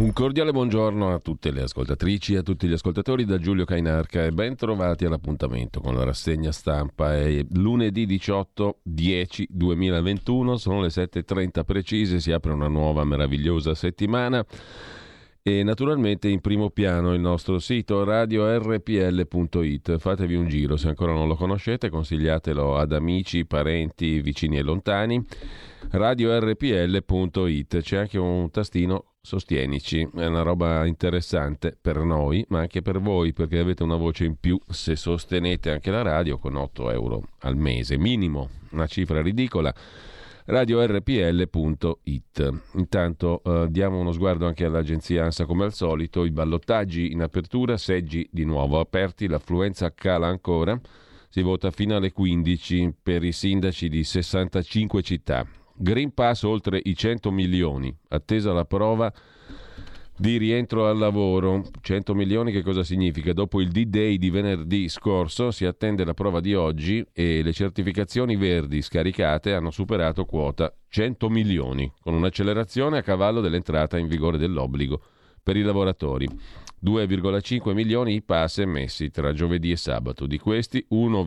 Un cordiale buongiorno a tutte le ascoltatrici e a tutti gli ascoltatori da Giulio Cainarca e ben trovati all'appuntamento con la rassegna stampa. È lunedì 18/10/2021, sono le 7:30 precise, si apre una nuova meravigliosa settimana e naturalmente in primo piano il nostro sito radiorpl.it. Fatevi un giro, se ancora non lo conoscete, consigliatelo ad amici, parenti, vicini e lontani. radiorpl.it, c'è anche un tastino Sostienici, è una roba interessante per noi ma anche per voi, perché avete una voce in più se sostenete anche la radio con 8 euro al mese minimo, una cifra ridicola. radiorpl.it. Intanto diamo uno sguardo anche all'agenzia ANSA come al solito. I ballottaggi in apertura, seggi di nuovo aperti, l'affluenza cala ancora, si vota fino alle 15 per i sindaci di 65 città. Green Pass oltre i 100 milioni, attesa la prova di rientro al lavoro. 100 milioni che cosa significa? Dopo il D-Day di venerdì scorso si attende la prova di oggi e le certificazioni verdi scaricate hanno superato quota 100 milioni, con un'accelerazione a cavallo dell'entrata in vigore dell'obbligo per i lavoratori. 2,5 milioni i pass emessi tra giovedì e sabato, di questi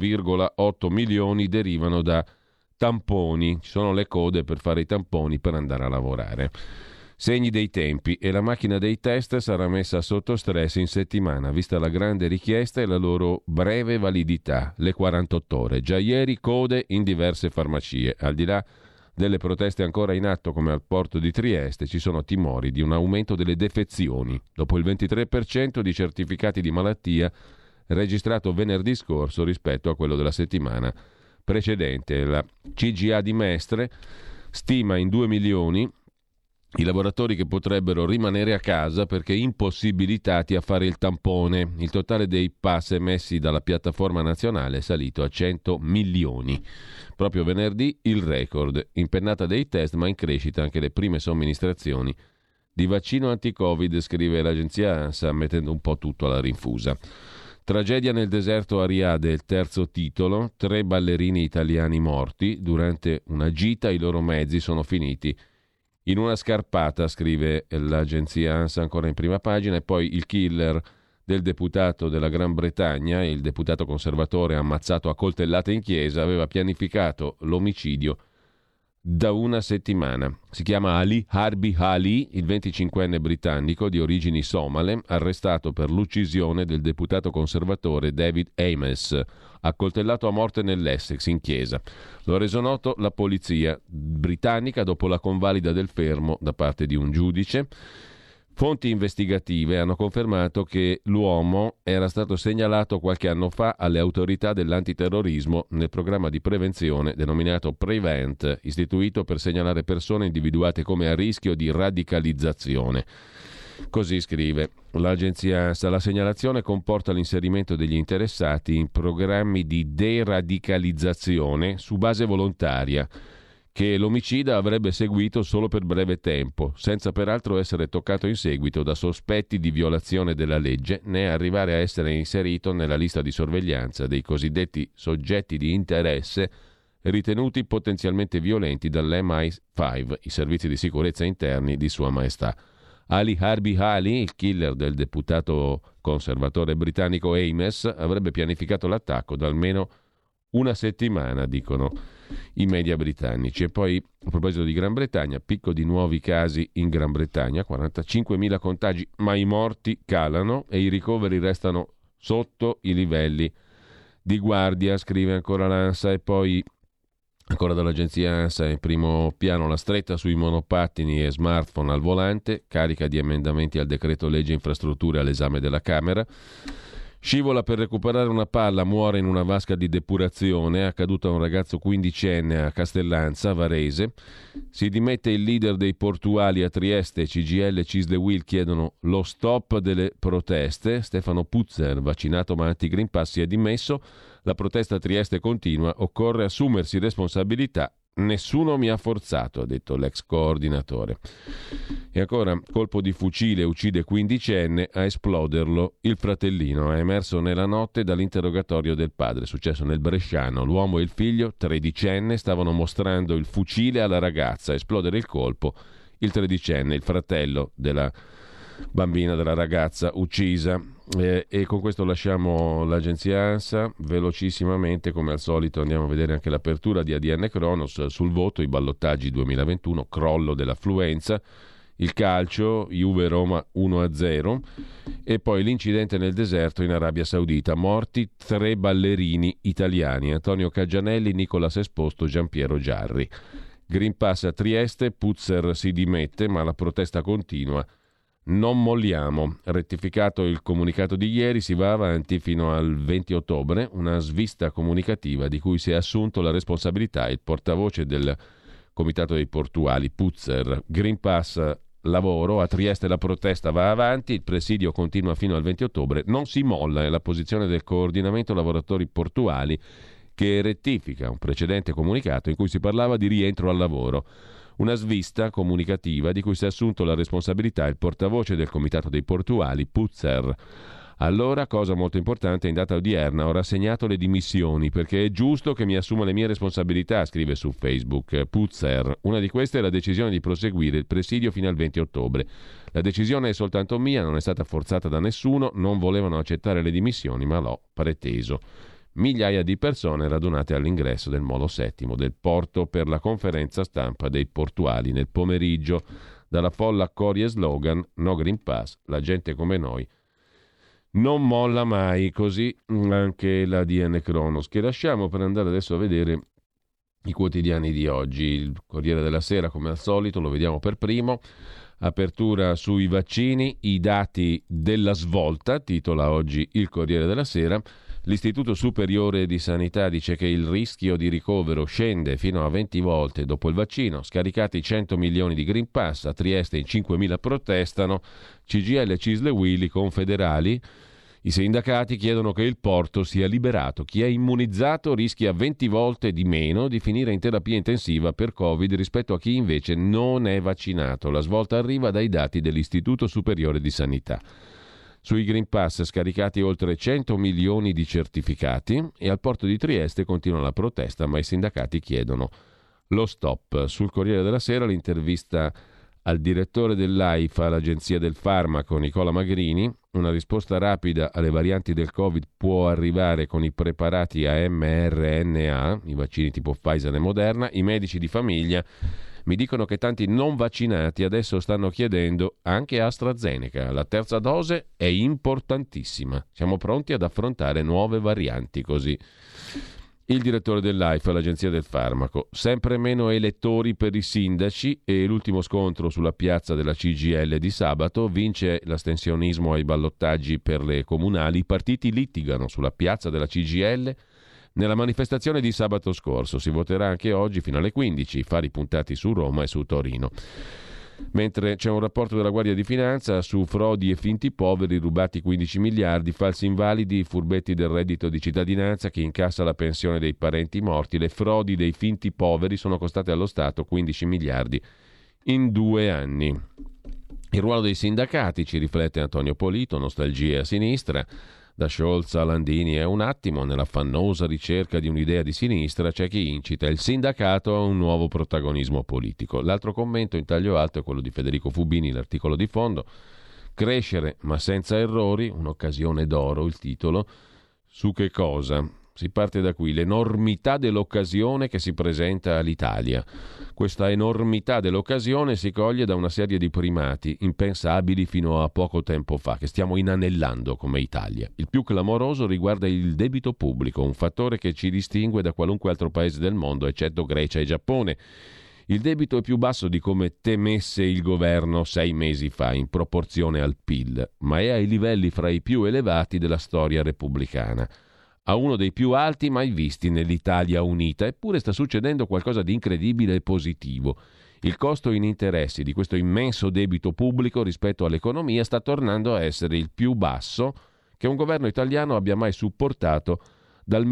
1,8 milioni derivano da tamponi, ci sono le code per fare i tamponi per andare a lavorare. Segni dei tempi e la macchina dei test sarà messa sotto stress in settimana, vista la grande richiesta e la loro breve validità, le 48 ore. Già ieri code in diverse farmacie. Al di là delle proteste ancora in atto come al porto di Trieste, ci sono timori di un aumento delle defezioni, dopo il 23% di certificati di malattia registrato venerdì scorso rispetto a quello della settimana precedente. La CGA di Mestre stima in 2 milioni i lavoratori che potrebbero rimanere a casa perché impossibilitati a fare il tampone. Il totale dei pass emessi dalla piattaforma nazionale è salito a 100 milioni. Proprio venerdì il record. Impennata dei test, ma in crescita anche le prime somministrazioni di vaccino anti-Covid, scrive l'agenzia ANSA, mettendo un po' tutto alla rinfusa. Tragedia nel deserto Ariade, il terzo titolo. 3 ballerini italiani morti. Durante una gita i loro mezzi sono finiti in una scarpata, scrive l'agenzia ANSA ancora in prima pagina. E poi il killer del deputato della Gran Bretagna, il deputato conservatore ammazzato a coltellate in chiesa, aveva pianificato l'omicidio da una settimana. Si chiama Ali Harbi Ali, il 25enne britannico di origini somale, arrestato per l'uccisione del deputato conservatore David Ames, accoltellato a morte nell'Essex in chiesa. Lo ha reso noto la polizia britannica dopo la convalida del fermo da parte di un giudice. Fonti investigative hanno confermato che l'uomo era stato segnalato qualche anno fa alle autorità dell'antiterrorismo nel programma di prevenzione denominato Prevent, istituito per segnalare persone individuate come a rischio di radicalizzazione. Così scrive l'agenzia ANSA. La segnalazione comporta l'inserimento degli interessati in programmi di deradicalizzazione su base volontaria, che l'omicida avrebbe seguito solo per breve tempo, senza peraltro essere toccato in seguito da sospetti di violazione della legge, né arrivare a essere inserito nella lista di sorveglianza dei cosiddetti soggetti di interesse ritenuti potenzialmente violenti dall'MI5, i servizi di sicurezza interni di Sua Maestà. Ali Harbi Ali, il killer del deputato conservatore britannico Ames, avrebbe pianificato l'attacco da almeno una settimana, dicono i media britannici. E poi, a proposito di Gran Bretagna, picco di nuovi casi in Gran Bretagna, 45.000 contagi, ma i morti calano e i ricoveri restano sotto i livelli di guardia, scrive ancora l'ANSA. E poi, ancora dall'agenzia ANSA, in primo piano la stretta sui monopattini e smartphone al volante, carica di emendamenti al decreto legge infrastrutture all'esame della Camera. Scivola per recuperare una palla, muore in una vasca di depurazione, è accaduto a un ragazzo quindicenne a Castellanza, Varese. Si dimette il leader dei portuali a Trieste, CGIL e Cisle Will chiedono lo stop delle proteste. Stefano Puzzer, vaccinato ma anti-Green Pass, si è dimesso. La protesta a Trieste continua, occorre assumersi responsabilità. Nessuno mi ha forzato, ha detto l'ex coordinatore. E ancora, colpo di fucile uccide quindicenne, a esploderlo il fratellino. È emerso nella notte dall'interrogatorio del padre, successo nel Bresciano. L'uomo e il figlio, tredicenne, stavano mostrando il fucile alla ragazza. A esplodere il colpo, il tredicenne, il fratello della bambina, della ragazza uccisa. E con questo lasciamo l'agenzia ANSA. Velocissimamente, come al solito, andiamo a vedere anche l'apertura di ADN Cronos sul voto, i ballottaggi 2021, crollo dell'affluenza, il calcio, Juve-Roma 1-0 e poi l'incidente nel deserto in Arabia Saudita, morti 3 ballerini italiani, Antonio Caggianelli, Nicolas Esposto, Giampiero Giarri. Green Pass a Trieste, Puzzer si dimette ma la protesta continua. Non molliamo. Rettificato il comunicato di ieri, si va avanti fino al 20 ottobre, una svista comunicativa di cui si è assunto la responsabilità il portavoce del Comitato dei Portuali, Puzzer. Green Pass, lavoro, a Trieste la protesta va avanti, il presidio continua fino al 20 ottobre, non si molla, è la posizione del coordinamento lavoratori portuali che rettifica un precedente comunicato in cui si parlava di rientro al lavoro. Una svista comunicativa di cui si è assunto la responsabilità il portavoce del Comitato dei Portuali, Puzzer. Allora, cosa molto importante, in data odierna ho rassegnato le dimissioni perché è giusto che mi assuma le mie responsabilità, scrive su Facebook Puzzer. Una di queste è la decisione di proseguire il presidio fino al 20 ottobre. La decisione è soltanto mia, non è stata forzata da nessuno, non volevano accettare le dimissioni, ma l'ho preteso. Migliaia di persone radunate all'ingresso del Molo Settimo del porto per la conferenza stampa dei portuali nel pomeriggio. Dalla folla cori e slogan No Green Pass, la gente come noi non molla mai, così anche la ADN Cronos, che lasciamo per andare adesso a vedere i quotidiani di oggi. Il Corriere della Sera, come al solito, lo vediamo per primo. Apertura sui vaccini, i dati della svolta, titola oggi il Corriere della Sera. L'Istituto Superiore di Sanità dice che il rischio di ricovero scende fino a 20 volte dopo il vaccino. Scaricati 100 milioni di Green Pass, a Trieste in 5.000 protestano, CGIL, CISL e Willy confederali. I sindacati chiedono che il porto sia liberato. Chi è immunizzato rischia 20 volte di meno di finire in terapia intensiva per Covid rispetto a chi invece non è vaccinato. La svolta arriva dai dati dell'Istituto Superiore di Sanità. Sui Green Pass scaricati oltre 100 milioni di certificati e al porto di Trieste continua la protesta, ma i sindacati chiedono lo stop. Sul Corriere della Sera l'intervista al direttore dell'AIFA, l'Agenzia del Farmaco, Nicola Magrini. Una risposta rapida alle varianti del Covid può arrivare con i preparati a mRNA, i vaccini tipo Pfizer e Moderna. I medici di famiglia mi dicono che tanti non vaccinati adesso stanno chiedendo anche AstraZeneca. La terza dose è importantissima. Siamo pronti ad affrontare nuove varianti, così. Il direttore dell'AIFA, l'Agenzia del Farmaco. Sempre meno elettori per i sindaci e l'ultimo scontro sulla piazza della CGIL di sabato. Vince l'astensionismo ai ballottaggi per le comunali. I partiti litigano sulla piazza della CGIL. Nella manifestazione di sabato scorso si voterà anche oggi fino alle 15, fari puntati su Roma e su Torino. Mentre c'è un rapporto della Guardia di Finanza su frodi e finti poveri, rubati 15 miliardi, falsi invalidi, furbetti del reddito di cittadinanza, chi incassa la pensione dei parenti morti. Le frodi dei finti poveri sono costate allo Stato 15 miliardi in 2 anni. Il ruolo dei sindacati, ci riflette Antonio Polito, nostalgie a sinistra. Da Scholz a Landini è un attimo, nell'affannosa ricerca di un'idea di sinistra c'è chi incita il sindacato a un nuovo protagonismo politico. L'altro commento in taglio alto è quello di Federico Fubini, l'articolo di fondo. Crescere ma senza errori, un'occasione d'oro, il titolo. Su che cosa? Si parte da qui, l'enormità dell'occasione che si presenta all'Italia. Questa enormità dell'occasione si coglie da una serie di primati impensabili fino a poco tempo fa, che stiamo inanellando come Italia. Il più clamoroso riguarda il debito pubblico, un fattore che ci distingue da qualunque altro paese del mondo, eccetto Grecia e Giappone. Il debito è più basso di come temesse il governo 6 mesi fa, in proporzione al PIL, ma è ai livelli fra i più elevati della storia repubblicana. A uno dei più alti mai visti nell'Italia unita, eppure sta succedendo qualcosa di incredibile e positivo. Il costo in interessi di questo immenso debito pubblico rispetto all'economia sta tornando a essere il più basso che un governo italiano abbia mai supportato dal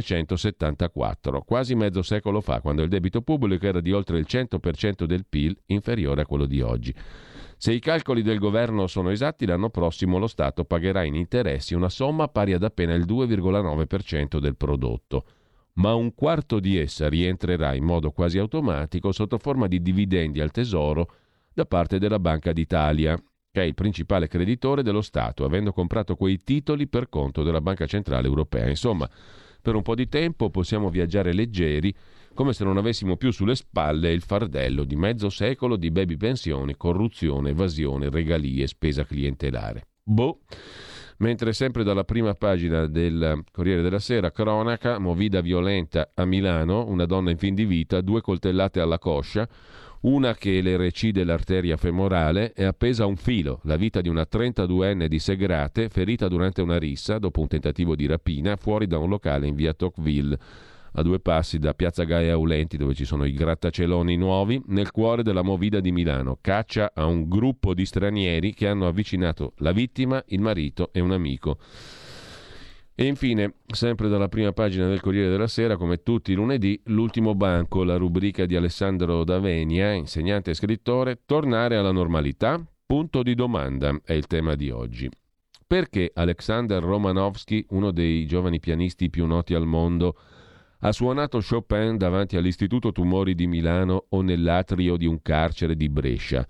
1974, quasi mezzo secolo fa, quando il debito pubblico era di oltre il 100% del PIL, inferiore a quello di oggi. Se i calcoli del governo sono esatti, l'anno prossimo lo Stato pagherà in interessi una somma pari ad appena il 2,9% del prodotto, ma un quarto di essa rientrerà in modo quasi automatico sotto forma di dividendi al Tesoro da parte della Banca d'Italia. che è il principale creditore dello Stato, avendo comprato quei titoli per conto della Banca Centrale Europea. Insomma, per un po' di tempo possiamo viaggiare leggeri, come se non avessimo più sulle spalle il fardello di mezzo secolo di baby pensioni, corruzione, evasione, regalie, spesa clientelare. Boh. Mentre sempre dalla prima pagina del Corriere della Sera, cronaca, movida violenta a Milano, una donna in fin di vita, 2 coltellate alla coscia, una che le recide l'arteria femorale è appesa a un filo, la vita di una 32enne di Segrate, ferita durante una rissa dopo un tentativo di rapina fuori da un locale in via Tocqueville, a 2 passi da Piazza Gaia Aulenti, dove ci sono i grattacieloni nuovi, nel cuore della movida di Milano. Caccia a un gruppo di stranieri che hanno avvicinato la vittima, il marito e un amico. E infine, sempre dalla prima pagina del Corriere della Sera, come tutti i lunedì, l'ultimo banco, la rubrica di Alessandro D'Avenia, insegnante e scrittore, tornare alla normalità? Punto di domanda è il tema di oggi. Perché Alexander Romanovsky, uno dei giovani pianisti più noti al mondo, ha suonato Chopin davanti all'Istituto Tumori di Milano o nell'atrio di un carcere di Brescia?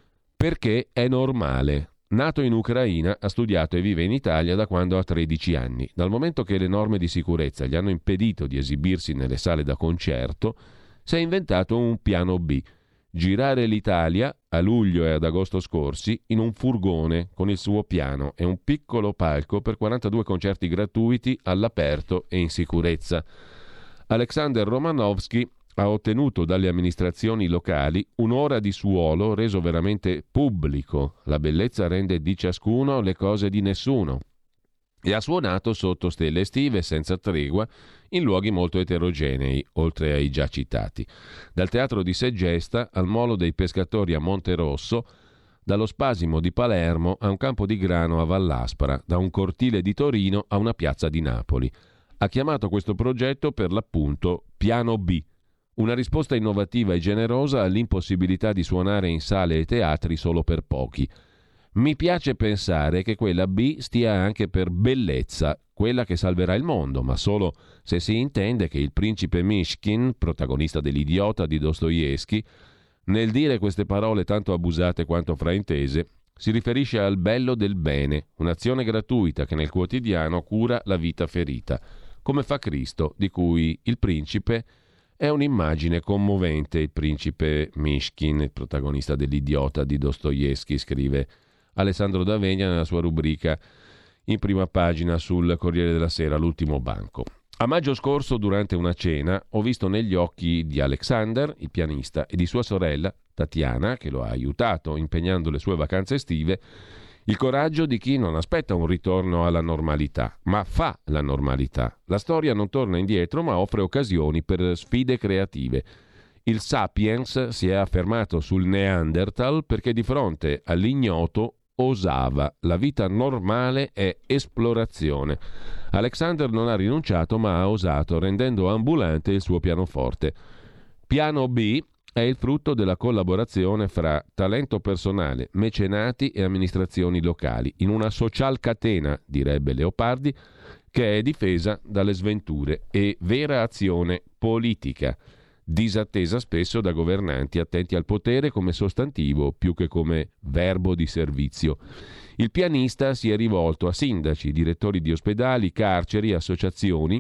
Perché è normale. Nato in Ucraina, ha studiato e vive in Italia da quando ha 13 anni. Dal momento che le norme di sicurezza gli hanno impedito di esibirsi nelle sale da concerto, si è inventato un piano B. Girare l'Italia, a luglio e ad agosto scorsi, in un furgone con il suo piano e un piccolo palco per 42 concerti gratuiti all'aperto e in sicurezza. Alexander Romanovsky ha ottenuto dalle amministrazioni locali un'ora di suolo reso veramente pubblico. La bellezza rende di ciascuno le cose di nessuno. E ha suonato sotto stelle estive senza tregua in luoghi molto eterogenei, oltre ai già citati. Dal teatro di Segesta al Molo dei Pescatori a Monterosso, dallo Spasimo di Palermo a un campo di grano a Vallaspara, da un cortile di Torino a una piazza di Napoli. Ha chiamato questo progetto per l'appunto Piano B, una risposta innovativa e generosa all'impossibilità di suonare in sale e teatri solo per pochi. Mi piace pensare che quella B stia anche per bellezza, quella che salverà il mondo, ma solo se si intende che il principe Mishkin, protagonista dell'Idiota di Dostoevskij, nel dire queste parole tanto abusate quanto fraintese, si riferisce al bello del bene, un'azione gratuita che nel quotidiano cura la vita ferita, come fa Cristo, di cui il principe è un'immagine commovente. Il principe Mishkin, il protagonista dell'Idiota di Dostoevskij, scrive Alessandro D'Avenia nella sua rubrica in prima pagina sul Corriere della Sera, l'ultimo banco. A maggio scorso, durante una cena, ho visto negli occhi di Alexander, il pianista, e di sua sorella, Tatiana, che lo ha aiutato impegnando le sue vacanze estive, il coraggio di chi non aspetta un ritorno alla normalità, ma fa la normalità. La storia non torna indietro, ma offre occasioni per sfide creative. Il Sapiens si è affermato sul Neanderthal perché di fronte all'ignoto osava. La vita normale è esplorazione. Alexander non ha rinunciato, ma ha osato, rendendo ambulante il suo pianoforte. Piano B è il frutto della collaborazione fra talento personale, mecenati e amministrazioni locali, in una social catena, direbbe Leopardi, che è difesa dalle sventure e vera azione politica, disattesa spesso da governanti attenti al potere come sostantivo più che come verbo di servizio. Il pianista si è rivolto a sindaci, direttori di ospedali, carceri, associazioni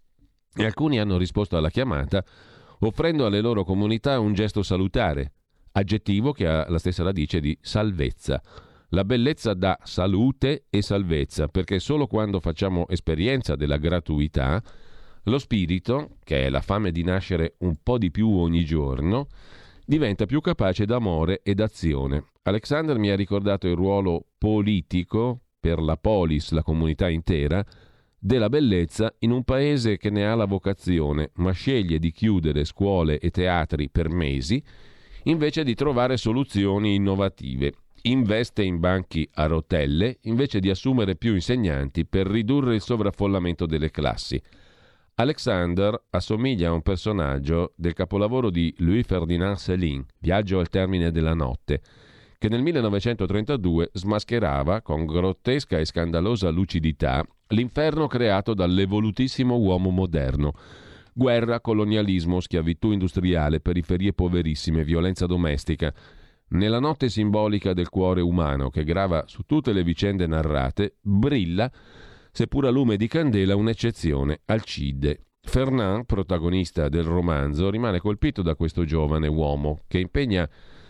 e alcuni hanno risposto alla chiamata offrendo alle loro comunità un gesto salutare, aggettivo che ha la stessa radice di salvezza. La bellezza dà salute e salvezza, perché solo quando facciamo esperienza della gratuità, lo spirito, che è la fame di nascere un po' di più ogni giorno, diventa più capace d'amore e d'azione. Alexander mi ha ricordato il ruolo politico, per la polis, la comunità intera, della bellezza in un paese che ne ha la vocazione, ma sceglie di chiudere scuole e teatri per mesi, invece di trovare soluzioni innovative. Investe in banchi a rotelle, invece di assumere più insegnanti per ridurre il sovraffollamento delle classi. Alexander assomiglia a un personaggio del capolavoro di Louis-Ferdinand Céline, Viaggio al termine della notte, che nel 1932 smascherava con grottesca e scandalosa lucidità l'inferno creato dall'evolutissimo uomo moderno. Guerra, colonialismo, schiavitù industriale, periferie poverissime, violenza domestica. Nella notte simbolica del cuore umano che grava su tutte le vicende narrate, brilla, seppur a lume di candela, un'eccezione, Alcide. Fernand, protagonista del romanzo, rimane colpito da questo giovane uomo che impegna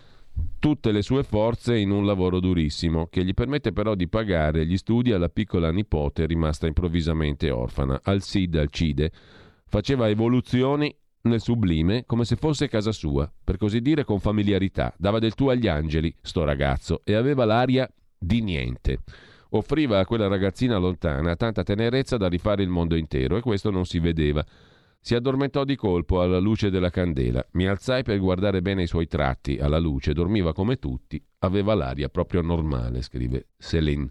tutte le sue forze in un lavoro durissimo, che gli permette però di pagare gli studi alla piccola nipote rimasta improvvisamente orfana. Alcide faceva evoluzioni nel sublime come se fosse casa sua, per così dire con familiarità. Dava del tu agli angeli, sto ragazzo, e aveva l'aria di niente. Offriva a quella ragazzina lontana tanta tenerezza da rifare il mondo intero, e questo non si vedeva. Si addormentò di colpo alla luce della candela. Mi alzai per guardare bene i suoi tratti alla luce. Dormiva come tutti. Aveva l'aria proprio normale, scrive Céline.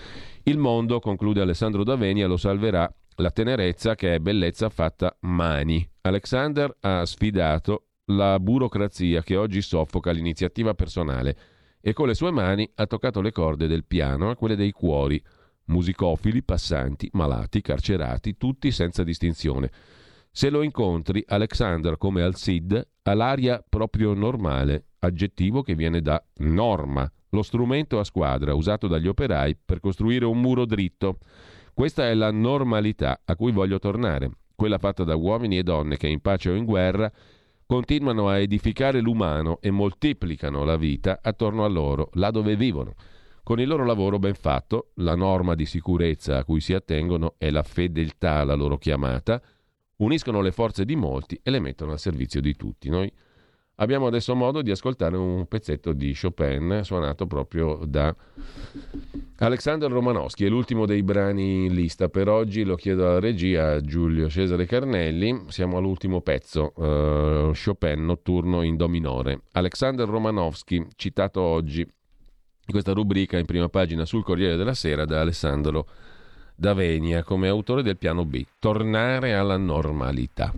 Il mondo, conclude Alessandro D'Avenia, lo salverà la tenerezza che è bellezza fatta mani. Alexander ha sfidato la burocrazia che oggi soffoca l'iniziativa personale e con le sue mani ha toccato le corde del piano a quelle dei cuori. Musicofili, passanti, malati, carcerati, tutti senza distinzione. Se lo incontri, Alexander, come Alcide, ha l'aria proprio normale, aggettivo che viene da norma, lo strumento a squadra usato dagli operai per costruire un muro dritto. Questa è la normalità a cui voglio tornare, quella fatta da uomini e donne che in pace o in guerra continuano a edificare l'umano e moltiplicano la vita attorno a loro, là dove vivono. Con il loro lavoro ben fatto, la norma di sicurezza a cui si attengono è la fedeltà alla loro chiamata, uniscono le forze di molti e le mettono al servizio di tutti. Noi abbiamo adesso modo di ascoltare un pezzetto di Chopin suonato proprio da Alexander Romanowski, è l'ultimo dei brani in lista per oggi, lo chiedo alla regia, a Giulio Cesare Carnelli. Siamo all'ultimo pezzo, Chopin, notturno in do minore. Alexander Romanowski, citato oggi in questa rubrica in prima pagina sul Corriere della Sera da Alessandro D'Avenia come autore del piano B, tornare alla normalità.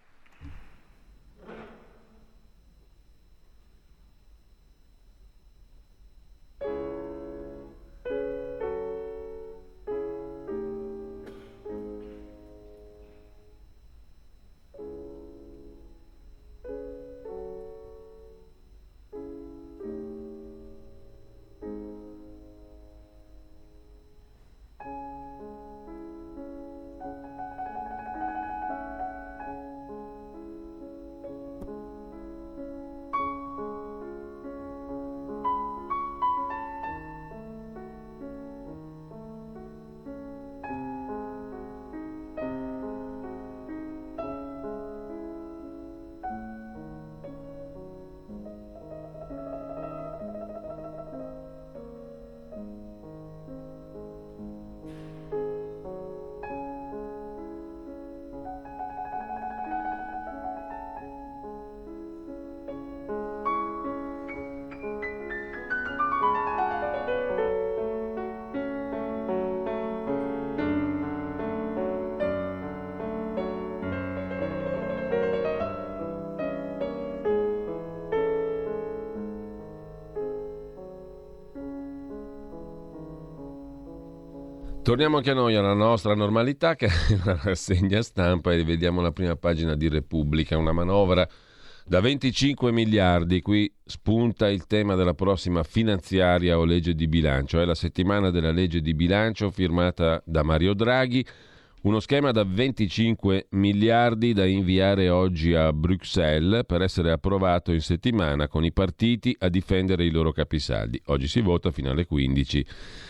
Torniamo anche noi alla nostra normalità, che è una rassegna stampa, e vediamo la prima pagina di Repubblica, una manovra da 25 miliardi. Qui spunta il tema della prossima finanziaria o legge di bilancio. È la settimana della legge di bilancio firmata da Mario Draghi, uno schema da 25 miliardi da inviare oggi a Bruxelles per essere approvato in settimana con i partiti a difendere i loro capisaldi. Oggi si vota fino alle 15.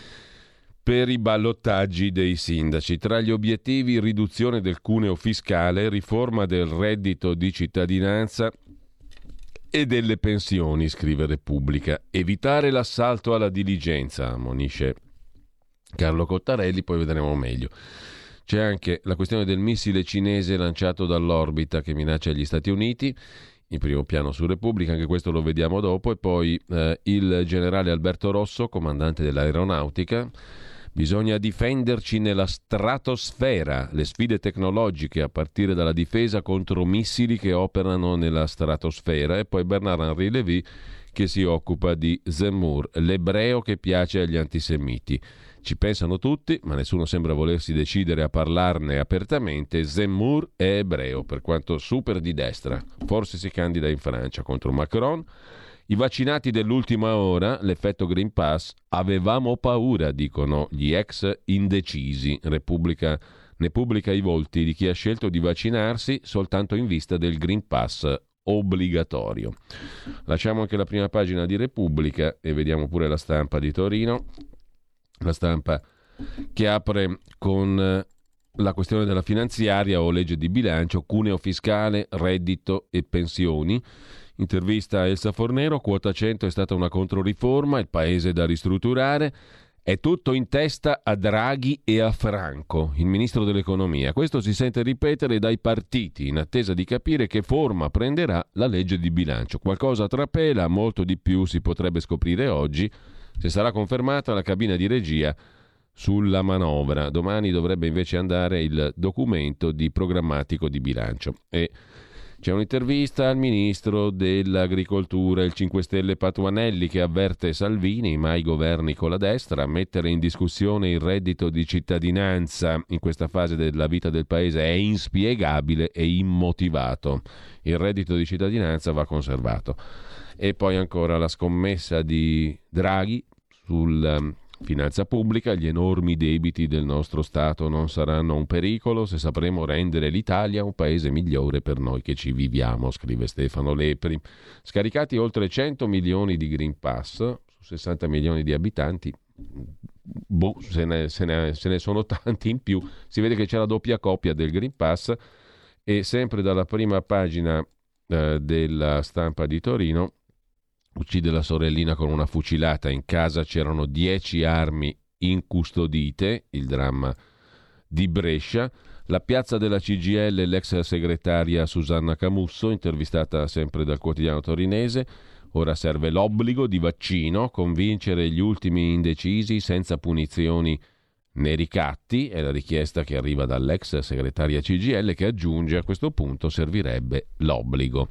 Per i ballottaggi dei sindaci. Tra gli obiettivi, riduzione del cuneo fiscale, riforma del reddito di cittadinanza e delle pensioni, scrive Repubblica. Evitare l'assalto alla diligenza, ammonisce Carlo Cottarelli, poi vedremo meglio. C'è anche la questione del missile cinese lanciato dall'orbita che minaccia gli Stati Uniti, in primo piano su Repubblica, anche questo lo vediamo dopo, e poi il generale Alberto Rosso, comandante dell'aeronautica. Bisogna difenderci nella stratosfera, le sfide tecnologiche a partire dalla difesa contro missili che operano nella stratosfera, e poi Bernard-Henri Lévy che si occupa di Zemmour, l'ebreo che piace agli antisemiti. Ci pensano tutti, ma nessuno sembra volersi decidere a parlarne apertamente. Zemmour è ebreo, per quanto super di destra. Forse si candida in Francia contro Macron. I vaccinati dell'ultima ora, l'effetto Green Pass, avevamo paura, dicono gli ex indecisi. Repubblica ne pubblica i volti di chi ha scelto di vaccinarsi soltanto in vista del Green Pass obbligatorio. Lasciamo anche la prima pagina di Repubblica e vediamo pure La Stampa di Torino. La Stampa che apre con la questione della finanziaria o legge di bilancio, cuneo fiscale, reddito e pensioni. Intervista a Elsa Fornero, quota 100 è stata una controriforma, il paese da ristrutturare, è tutto in testa a Draghi e a Franco, il ministro dell'economia. Questo si sente ripetere dai partiti in attesa di capire che forma prenderà la legge di bilancio. Qualcosa trapela, molto di più si potrebbe scoprire oggi se sarà confermata la cabina di regia sulla manovra. Domani dovrebbe invece andare il documento di programmatico di bilancio. E c'è un'intervista al ministro dell'agricoltura, il 5 Stelle Patuanelli, che avverte Salvini, mai governi con la destra, mettere in discussione il reddito di cittadinanza in questa fase della vita del paese è inspiegabile e immotivato. Il reddito di cittadinanza va conservato. E poi ancora la scommessa di Draghi sul finanza pubblica, gli enormi debiti del nostro Stato non saranno un pericolo se sapremo rendere l'Italia un paese migliore per noi che ci viviamo, scrive Stefano Lepri. Scaricati oltre 100 milioni di Green Pass su 60 milioni di abitanti, se ne sono tanti in più. Si vede che c'è la doppia copia del Green Pass. E sempre dalla prima pagina della Stampa di Torino: uccide la sorellina con una fucilata, in casa c'erano 10 armi incustodite, il dramma di Brescia. La piazza della CGIL, l'ex segretaria Susanna Camusso, intervistata sempre dal quotidiano torinese. Ora serve l'obbligo di vaccino, convincere gli ultimi indecisi senza punizioni né ricatti, è la richiesta che arriva dall'ex segretaria CGIL, che aggiunge: a questo punto servirebbe l'obbligo.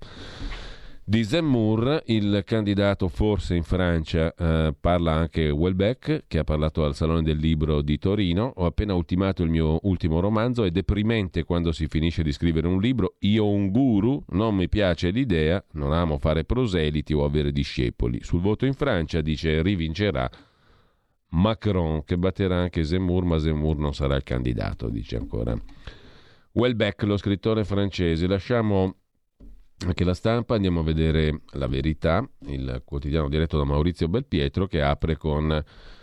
Di Zemmour, il candidato forse in Francia, parla anche Houellebecq, che ha parlato al Salone del Libro di Torino. Ho appena ultimato il mio ultimo romanzo, è deprimente quando si finisce di scrivere un libro. Io un guru, non mi piace l'idea, non amo fare proseliti o avere discepoli. Sul voto in Francia, dice, rivincerà Macron, che batterà anche Zemmour, ma Zemmour non sarà il candidato, dice ancora Houellebecq, lo scrittore francese. Lasciamo anche La Stampa, andiamo a vedere La Verità, il quotidiano diretto da Maurizio Belpietro, che apre con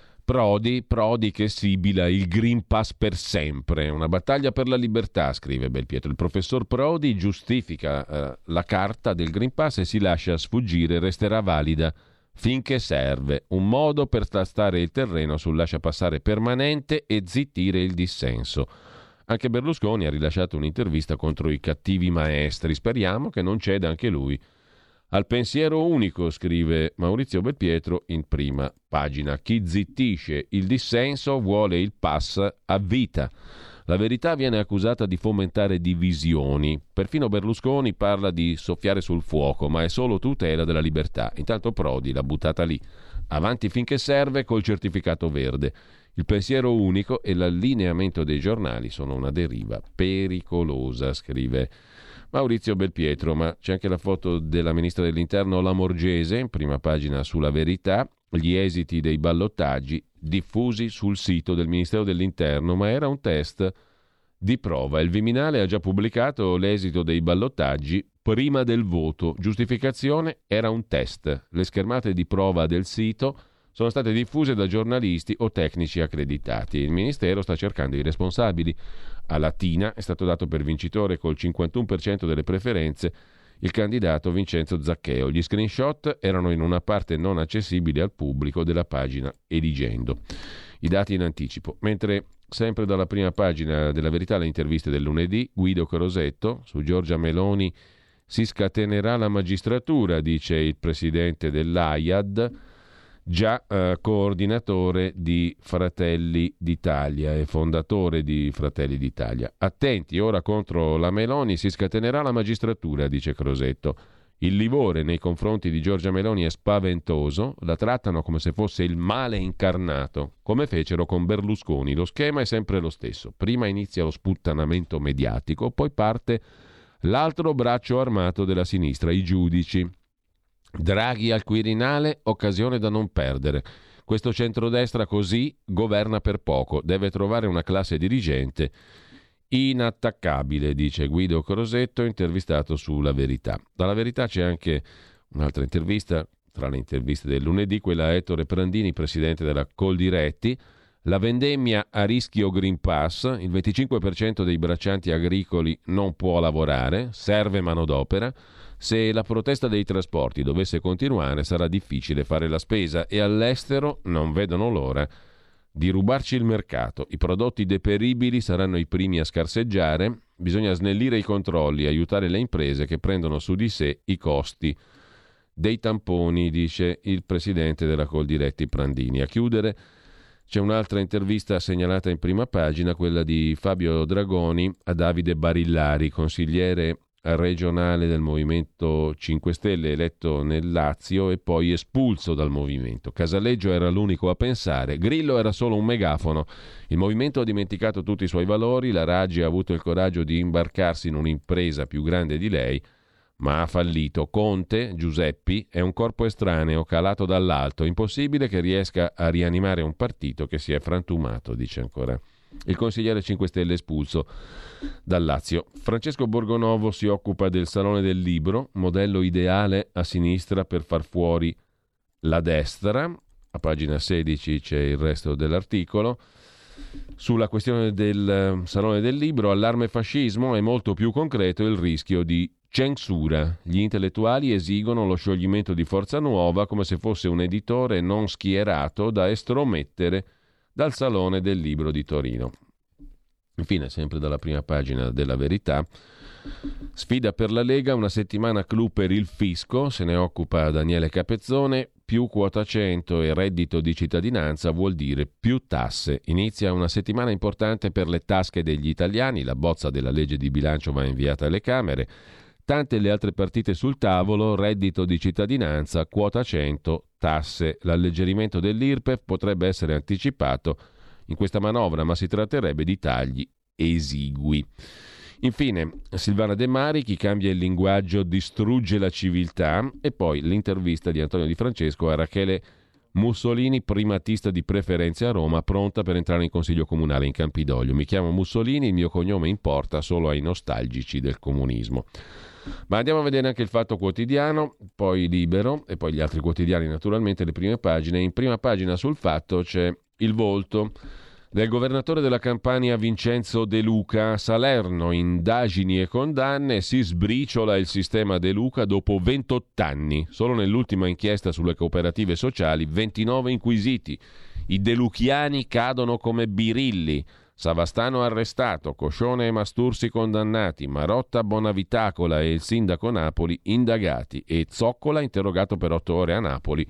Prodi che sibila il Green Pass per sempre, una battaglia per la libertà, scrive Belpietro. Il professor Prodi giustifica la carta del Green Pass e si lascia sfuggire, resterà valida finché serve, un modo per tastare il terreno sul lasciapassare permanente e zittire il dissenso. Anche Berlusconi ha rilasciato un'intervista contro i cattivi maestri. Speriamo che non ceda anche lui al pensiero unico, scrive Maurizio Belpietro in prima pagina. Chi zittisce il dissenso vuole il pass a vita. La Verità viene accusata di fomentare divisioni. Perfino Berlusconi parla di soffiare sul fuoco, ma è solo tutela della libertà. Intanto Prodi l'ha buttata lì. Avanti finché serve col certificato verde. Il pensiero unico e l'allineamento dei giornali sono una deriva pericolosa, scrive Maurizio Belpietro. Ma c'è anche la foto della ministra dell'Interno Lamorgese, in prima pagina sulla Verità, gli esiti dei ballottaggi diffusi sul sito del Ministero dell'Interno, ma era un test di prova. Il Viminale ha già pubblicato l'esito dei ballottaggi prima del voto. Giustificazione: era un test. Le schermate di prova del sito sono state diffuse da giornalisti o tecnici accreditati. Il Ministero sta cercando i responsabili. A Latina è stato dato per vincitore col 51% delle preferenze il candidato Vincenzo Zaccheo. Gli screenshot erano in una parte non accessibile al pubblico della pagina Eligendo. I dati in anticipo. Mentre sempre dalla prima pagina della Verità le interviste del lunedì, Guido Crosetto, su Giorgia Meloni si scatenerà la magistratura, dice il presidente dell'AIAD, già coordinatore di Fratelli d'Italia e fondatore di Fratelli d'Italia. Attenti, ora contro la Meloni si scatenerà la magistratura, dice Crosetto. Il livore nei confronti di Giorgia Meloni è spaventoso, la trattano come se fosse il male incarnato, come fecero con Berlusconi. Lo schema è sempre lo stesso. Prima inizia lo sputtanamento mediatico, poi parte l'altro braccio armato della sinistra, i giudici. Draghi al Quirinale, occasione da non perdere. Questo centrodestra così governa per poco, deve trovare una classe dirigente inattaccabile, dice Guido Crosetto, intervistato sulla Verità. Dalla Verità c'è anche un'altra intervista, tra le interviste del lunedì, quella a Ettore Prandini, presidente della Coldiretti. La vendemmia a rischio Green Pass, il 25% dei braccianti agricoli non può lavorare, serve manodopera. Se la protesta dei trasporti dovesse continuare sarà difficile fare la spesa e all'estero non vedono l'ora di rubarci il mercato. I prodotti deperibili saranno i primi a scarseggiare, bisogna snellire i controlli, aiutare le imprese che prendono su di sé i costi dei tamponi, dice il presidente della Coldiretti Prandini. A chiudere c'è un'altra intervista segnalata in prima pagina, quella di Fabio Dragoni a Davide Barillari, consigliere regionale del Movimento 5 Stelle, eletto nel Lazio e poi espulso dal movimento. Casaleggio era l'unico a pensare, Grillo era solo un megafono. Il movimento ha dimenticato tutti i suoi valori, la Raggi ha avuto il coraggio di imbarcarsi in un'impresa più grande di lei, ma ha fallito. Conte, Giuseppi, è un corpo estraneo, calato dall'alto, impossibile che riesca a rianimare un partito che si è frantumato, dice ancora il consigliere 5 Stelle espulso dal Lazio. Francesco Borgonovo si occupa del Salone del Libro, modello ideale a sinistra per far fuori la destra. A pagina 16 c'è il resto dell'articolo. Sulla questione del Salone del Libro, allarme fascismo, è molto più concreto il rischio di censura. Gli intellettuali esigono lo scioglimento di Forza Nuova come se fosse un editore non schierato da estromettere dal Salone del Libro di Torino. Infine, sempre dalla prima pagina della Verità, sfida per la Lega, una settimana clou per il fisco, se ne occupa Daniele Capezzone, più quota 100 e reddito di cittadinanza vuol dire più tasse. Inizia una settimana importante per le tasche degli italiani, la bozza della legge di bilancio va inviata alle Camere, tante le altre partite sul tavolo, reddito di cittadinanza, quota 100, tasse. L'alleggerimento dell'IRPEF potrebbe essere anticipato in questa manovra, ma si tratterebbe di tagli esigui. Infine, Silvana De Mari, chi cambia il linguaggio distrugge la civiltà, e poi l'intervista di Antonio Di Francesco a Rachele Mussolini, primatista di preferenze a Roma, pronta per entrare in consiglio comunale in Campidoglio. Mi chiamo Mussolini, il mio cognome importa solo ai nostalgici del comunismo. Ma andiamo a vedere anche il Fatto Quotidiano, poi Libero e poi gli altri quotidiani, naturalmente, le prime pagine. In prima pagina sul Fatto c'è il volto del governatore della Campania Vincenzo De Luca. Salerno, indagini e condanne, si sbriciola il sistema De Luca dopo 28 anni. Solo nell'ultima inchiesta sulle cooperative sociali 29 inquisiti. I deluchiani cadono come birilli. Savastano arrestato, Coscione e Mastursi condannati, Marotta, Bonavitacola e il sindaco Napoli indagati e Zoccola interrogato per 8 ore a Napoli.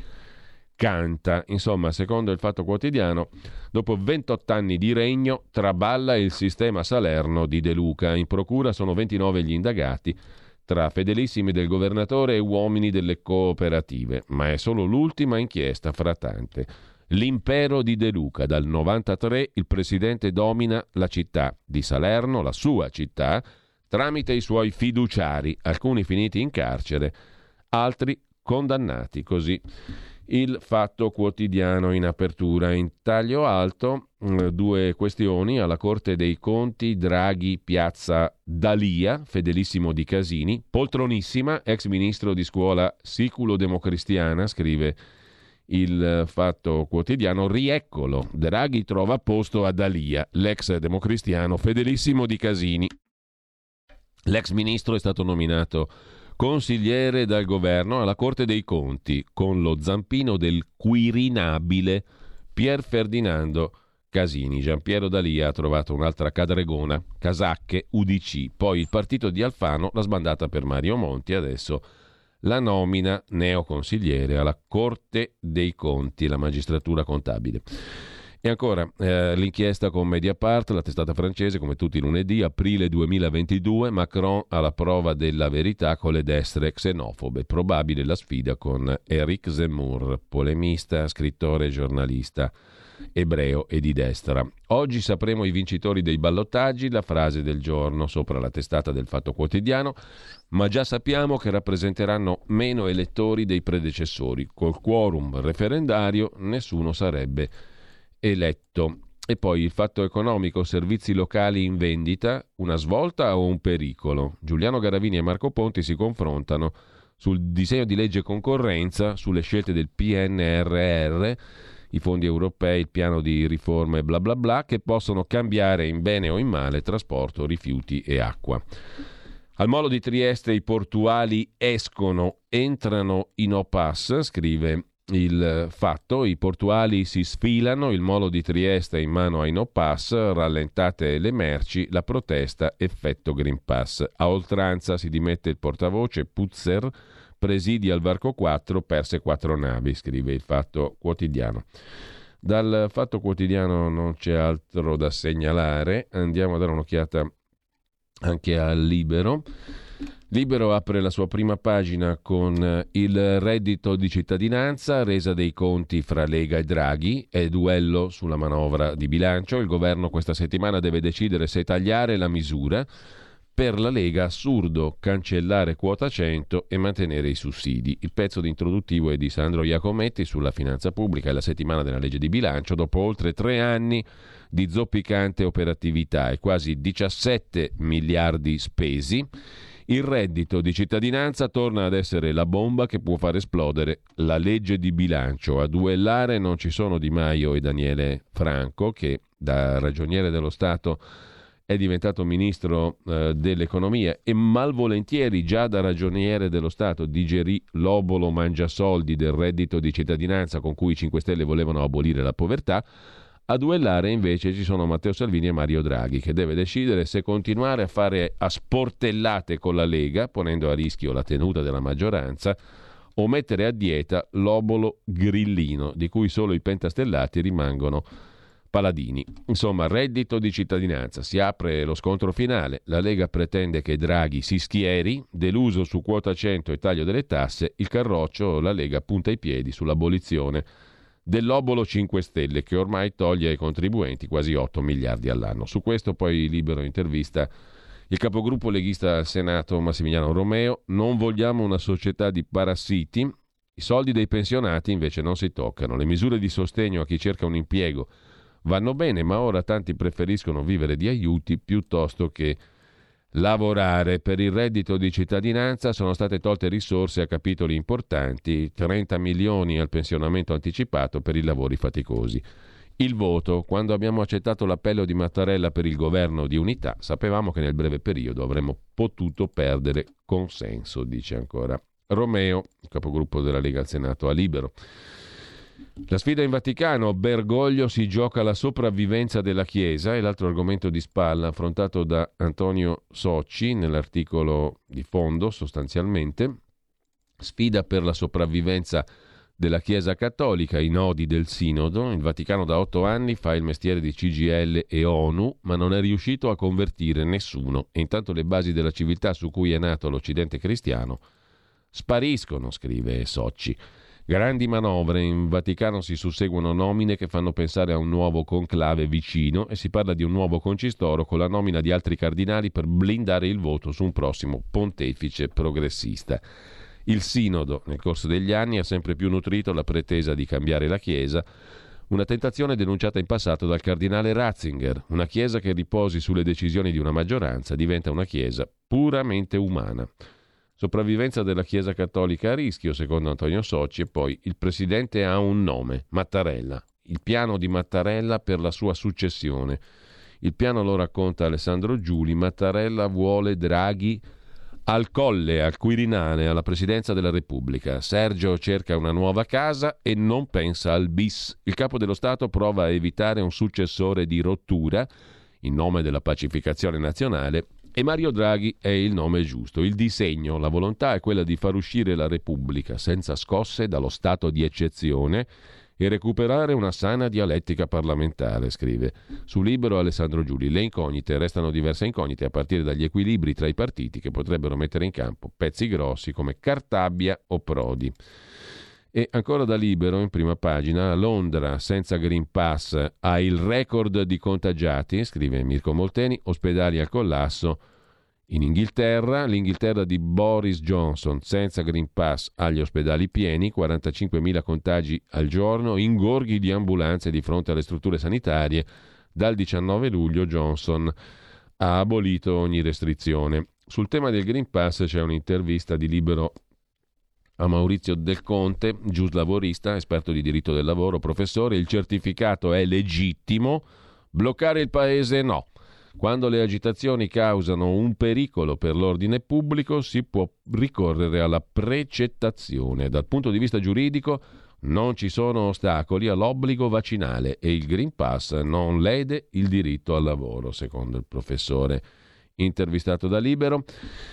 Canta. Insomma, secondo il Fatto Quotidiano, dopo 28 anni di regno traballa il sistema Salerno di De Luca. In procura sono 29 gli indagati, tra fedelissimi del governatore e uomini delle cooperative, ma è solo l'ultima inchiesta fra tante. L'impero di De Luca. Dal 93 il presidente domina la città di Salerno, la sua città, tramite i suoi fiduciari, alcuni finiti in carcere, altri condannati. Così il Fatto Quotidiano in apertura. In taglio alto, due questioni. Alla Corte dei Conti, Draghi piazza D'Alia, fedelissimo di Casini, poltronissima, ex ministro di scuola siculo-democristiana, scrive il Fatto Quotidiano. Rieccolo, Draghi trova posto a D'Alia, l'ex democristiano fedelissimo di Casini. L'ex ministro è stato nominato consigliere dal governo alla Corte dei Conti con lo zampino del quirinabile Pier Ferdinando Casini. Giampiero D'Alia ha trovato un'altra cadregona, Casacche, UDC, poi il partito di Alfano l'ha sbandata per Mario Monti, adesso la nomina neoconsigliere alla Corte dei Conti, la magistratura contabile. E ancora, l'inchiesta con Mediapart, la testata francese, come tutti i lunedì, aprile 2022, Macron alla prova della verità con le destre xenofobe. Probabile la sfida con Éric Zemmour, polemista, scrittore e giornalista ebreo e di destra. Oggi sapremo i vincitori dei ballottaggi, la frase del giorno sopra la testata del Fatto Quotidiano, ma già sappiamo che rappresenteranno meno elettori dei predecessori. Col quorum referendario nessuno sarebbe eletto. E poi il Fatto Economico, servizi locali in vendita, una svolta o un pericolo? Giuliano Garavini e Marco Ponti si confrontano sul disegno di legge concorrenza, sulle scelte del PNRR, i fondi europei, il piano di riforme bla bla bla, che possono cambiare in bene o in male trasporto, rifiuti e acqua. Al molo di Trieste i portuali escono, entrano in no pass, scrive il Fatto, i portuali si sfilano, il molo di Trieste è in mano ai no pass, rallentate le merci, la protesta effetto Green Pass. A oltranza si dimette il portavoce Puzzer, presidi al varco 4, perse 4 navi, scrive il Fatto Quotidiano. Dal Fatto Quotidiano non c'è altro da segnalare, andiamo a dare un'occhiata anche al Libero. Libero apre la sua prima pagina con il reddito di cittadinanza, resa dei conti fra Lega e Draghi, è duello sulla manovra di bilancio. Il governo questa settimana deve decidere se tagliare la misura. Per la Lega assurdo cancellare quota 100 e mantenere i sussidi. Il pezzo di introduttivo è di Sandro Iacometti sulla finanza pubblica e la settimana della legge di bilancio, dopo oltre 3 anni di zoppicante operatività e quasi 17 miliardi spesi. Il reddito di cittadinanza torna ad essere la bomba che può far esplodere la legge di bilancio. A duellare non ci sono Di Maio e Daniele Franco, che da ragioniere dello Stato è diventato ministro dell'economia e malvolentieri già da ragioniere dello Stato digerì l'obolo mangiasoldi del reddito di cittadinanza con cui i 5 Stelle volevano abolire la povertà. A duellare invece ci sono Matteo Salvini e Mario Draghi, che deve decidere se continuare a fare a sportellate con la Lega, ponendo a rischio la tenuta della maggioranza, o mettere a dieta l'obolo grillino, di cui solo i pentastellati rimangono paladini. Insomma, reddito di cittadinanza. Si apre lo scontro finale. La Lega pretende che Draghi si schieri, deluso su quota 100 e taglio delle tasse. Il Carroccio, la Lega punta i piedi sull'abolizione dell'obolo 5 Stelle, che ormai toglie ai contribuenti quasi 8 miliardi all'anno. Su questo poi Libero intervista il capogruppo leghista al Senato Massimiliano Romeo. Non vogliamo una società di parassiti. I soldi dei pensionati invece non si toccano. Le misure di sostegno a chi cerca un impiego vanno bene, ma ora tanti preferiscono vivere di aiuti piuttosto che lavorare. Per il reddito di cittadinanza sono state tolte risorse a capitoli importanti, 30 milioni al pensionamento anticipato per i lavori faticosi. Il voto: quando abbiamo accettato l'appello di Mattarella per il governo di unità, sapevamo che nel breve periodo avremmo potuto perdere consenso, dice ancora Romeo, capogruppo della Lega al Senato, a Libero. La sfida in Vaticano, Bergoglio si gioca la sopravvivenza della Chiesa, è l'altro argomento di spalla affrontato da Antonio Socci nell'articolo di fondo sostanzialmente. Sfida per la sopravvivenza della Chiesa Cattolica, i nodi del Sinodo. Il Vaticano da 8 anni fa il mestiere di CGIL e ONU, ma non è riuscito a convertire nessuno. E intanto le basi della civiltà su cui è nato l'Occidente cristiano spariscono, scrive Socci. Grandi manovre, in Vaticano si susseguono nomine che fanno pensare a un nuovo conclave vicino e si parla di un nuovo concistoro con la nomina di altri cardinali per blindare il voto su un prossimo pontefice progressista. Il Sinodo, nel corso degli anni, ha sempre più nutrito la pretesa di cambiare la Chiesa, una tentazione denunciata in passato dal cardinale Ratzinger. Una Chiesa che riposi sulle decisioni di una maggioranza diventa una Chiesa puramente umana. Sopravvivenza della Chiesa Cattolica a rischio, secondo Antonio Socci, e poi il presidente ha un nome, Mattarella. Il piano di Mattarella per la sua successione. Il piano lo racconta Alessandro Giuli. Mattarella vuole Draghi al Colle, al Quirinale, alla Presidenza della Repubblica. Sergio cerca una nuova casa e non pensa al bis. Il capo dello Stato prova a evitare un successore di rottura in nome della pacificazione nazionale. E Mario Draghi è il nome giusto. Il disegno, la volontà è quella di far uscire la Repubblica senza scosse dallo stato di eccezione e recuperare una sana dialettica parlamentare, scrive. Su Libero Alessandro Giuli. Le incognite restano diverse incognite a partire dagli equilibri tra i partiti che potrebbero mettere in campo pezzi grossi come Cartabia o Prodi. E ancora da Libero, in prima pagina, Londra senza Green Pass ha il record di contagiati, scrive Mirko Molteni, ospedali al collasso. In Inghilterra, l'Inghilterra di Boris Johnson senza Green Pass agli ospedali pieni, 45.000 contagi al giorno, ingorghi di ambulanze di fronte alle strutture sanitarie. Dal 19 luglio Johnson ha abolito ogni restrizione. Sul tema del Green Pass c'è un'intervista di Libero a Maurizio Del Conte, giuslavorista, esperto di diritto del lavoro, professore. Il certificato è legittimo, bloccare il paese no. Quando le agitazioni causano un pericolo per l'ordine pubblico si può ricorrere alla precettazione. Dal punto di vista giuridico non ci sono ostacoli all'obbligo vaccinale e il Green Pass non lede il diritto al lavoro, secondo il professore intervistato da Libero.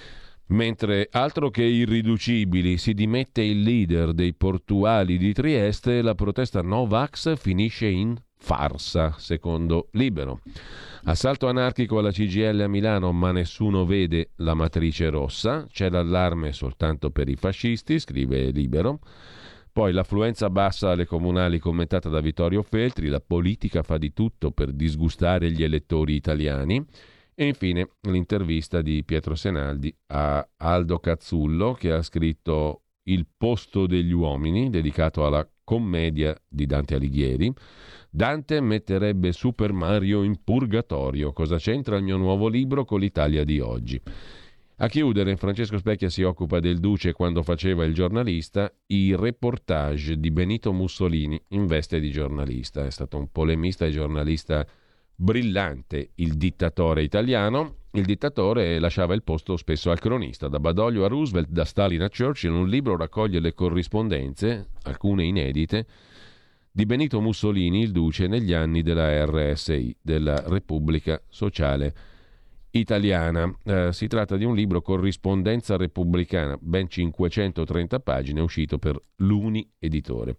Mentre altro che irriducibili, si dimette il leader dei portuali di Trieste, la protesta Novax finisce in farsa, secondo Libero. Assalto anarchico alla CGIL a Milano, ma nessuno vede la matrice rossa, c'è l'allarme soltanto per i fascisti, scrive Libero. Poi l'affluenza bassa alle comunali commentata da Vittorio Feltri, la politica fa di tutto per disgustare gli elettori italiani. E infine l'intervista di Pietro Senaldi a Aldo Cazzullo, che ha scritto Il posto degli uomini, dedicato alla commedia di Dante Alighieri. Dante metterebbe Super Mario in purgatorio. Cosa c'entra il mio nuovo libro con l'Italia di oggi? A chiudere, Francesco Specchia si occupa del Duce quando faceva il giornalista, i reportage di Benito Mussolini in veste di giornalista. È stato un polemista e giornalista brillante, il dittatore italiano. Il dittatore lasciava il posto spesso al cronista. Da Badoglio a Roosevelt, da Stalin a Churchill, un libro raccoglie le corrispondenze, alcune inedite, di Benito Mussolini, il Duce, negli anni della RSI, della Repubblica Sociale Italiana. Si tratta di un libro Corrispondenza Repubblicana, ben 530 pagine, uscito per l'Uni Editore.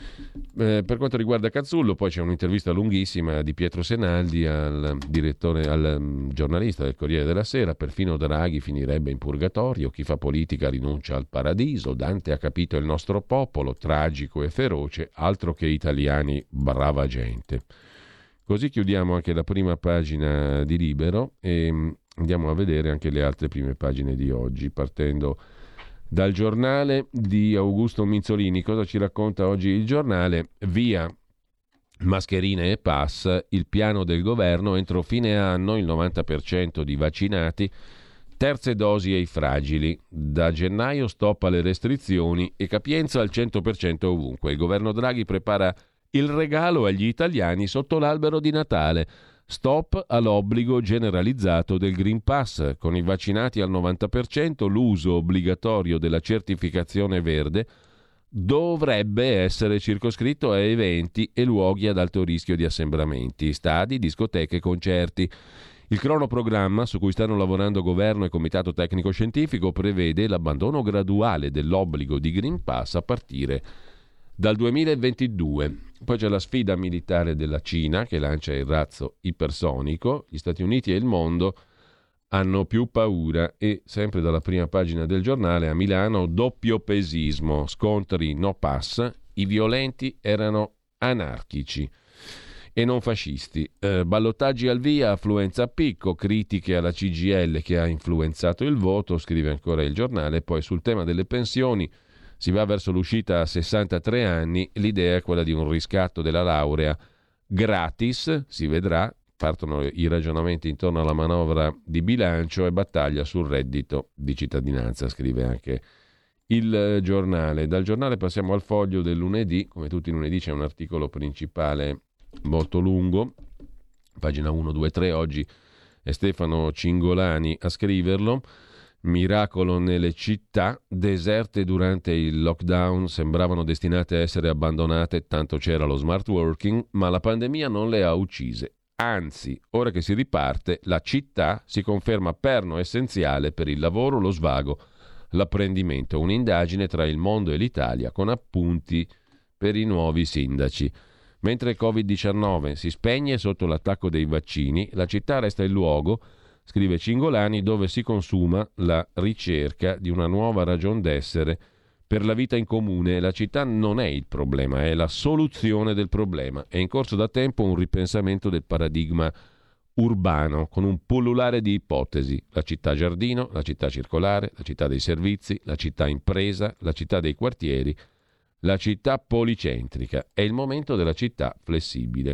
Per quanto riguarda Cazzullo, poi c'è un'intervista lunghissima di Pietro Senaldi al giornalista del Corriere della Sera. Perfino Draghi finirebbe in purgatorio, chi fa politica rinuncia al paradiso, Dante ha capito il nostro popolo, tragico e feroce, altro che italiani, brava gente. Così chiudiamo anche la prima pagina di Libero e andiamo a vedere anche le altre prime pagine di oggi, partendo dal giornale di Augusto Minzolini. Cosa ci racconta oggi il giornale? Via mascherine e pass, il piano del governo, entro fine anno il 90% di vaccinati, terze dosi ai fragili. Da gennaio stop alle restrizioni e capienza al 100% ovunque. Il governo Draghi prepara il regalo agli italiani sotto l'albero di Natale. Stop all'obbligo generalizzato del Green Pass. Con i vaccinati al 90%, l'uso obbligatorio della certificazione verde dovrebbe essere circoscritto a eventi e luoghi ad alto rischio di assembramenti, stadi, discoteche, concerti. Il cronoprogramma su cui stanno lavorando governo e comitato tecnico scientifico prevede l'abbandono graduale dell'obbligo di Green Pass a partire dal 2022. Poi c'è la sfida militare della Cina che lancia il razzo ipersonico. Gli Stati Uniti e il mondo hanno più paura. E sempre dalla prima pagina del giornale, a Milano doppiopesismo, scontri no pass, i violenti erano anarchici e non fascisti. Ballottaggi al via, affluenza a picco, critiche alla CGIL che ha influenzato il voto, scrive ancora il giornale. Poi sul tema delle pensioni si va verso l'uscita a 63 anni, l'idea è quella di un riscatto della laurea gratis, si vedrà, partono i ragionamenti intorno alla manovra di bilancio e battaglia sul reddito di cittadinanza, scrive anche il giornale. Dal giornale passiamo al Foglio del lunedì. Come tutti i lunedì c'è un articolo principale molto lungo, pagina 1, 2, 3, oggi è Stefano Cingolani a scriverlo. Miracolo nelle città, deserte durante il lockdown, sembravano destinate a essere abbandonate, tanto c'era lo smart working, ma la pandemia non le ha uccise. Anzi, ora che si riparte, la città si conferma perno essenziale per il lavoro, lo svago, l'apprendimento. Un'indagine tra il mondo e l'Italia con appunti per i nuovi sindaci. Mentre il Covid-19 si spegne sotto l'attacco dei vaccini, la città resta il luogo, scrive Cingolani, dove si consuma la ricerca di una nuova ragion d'essere Per la vita in comune la città non è il problema, è la soluzione del problema. È in corso da tempo un ripensamento del paradigma urbano, con un pullulare di ipotesi: la città giardino, la città circolare, la città dei servizi, la città impresa, la città dei quartieri, la città policentrica. È il momento della città flessibile.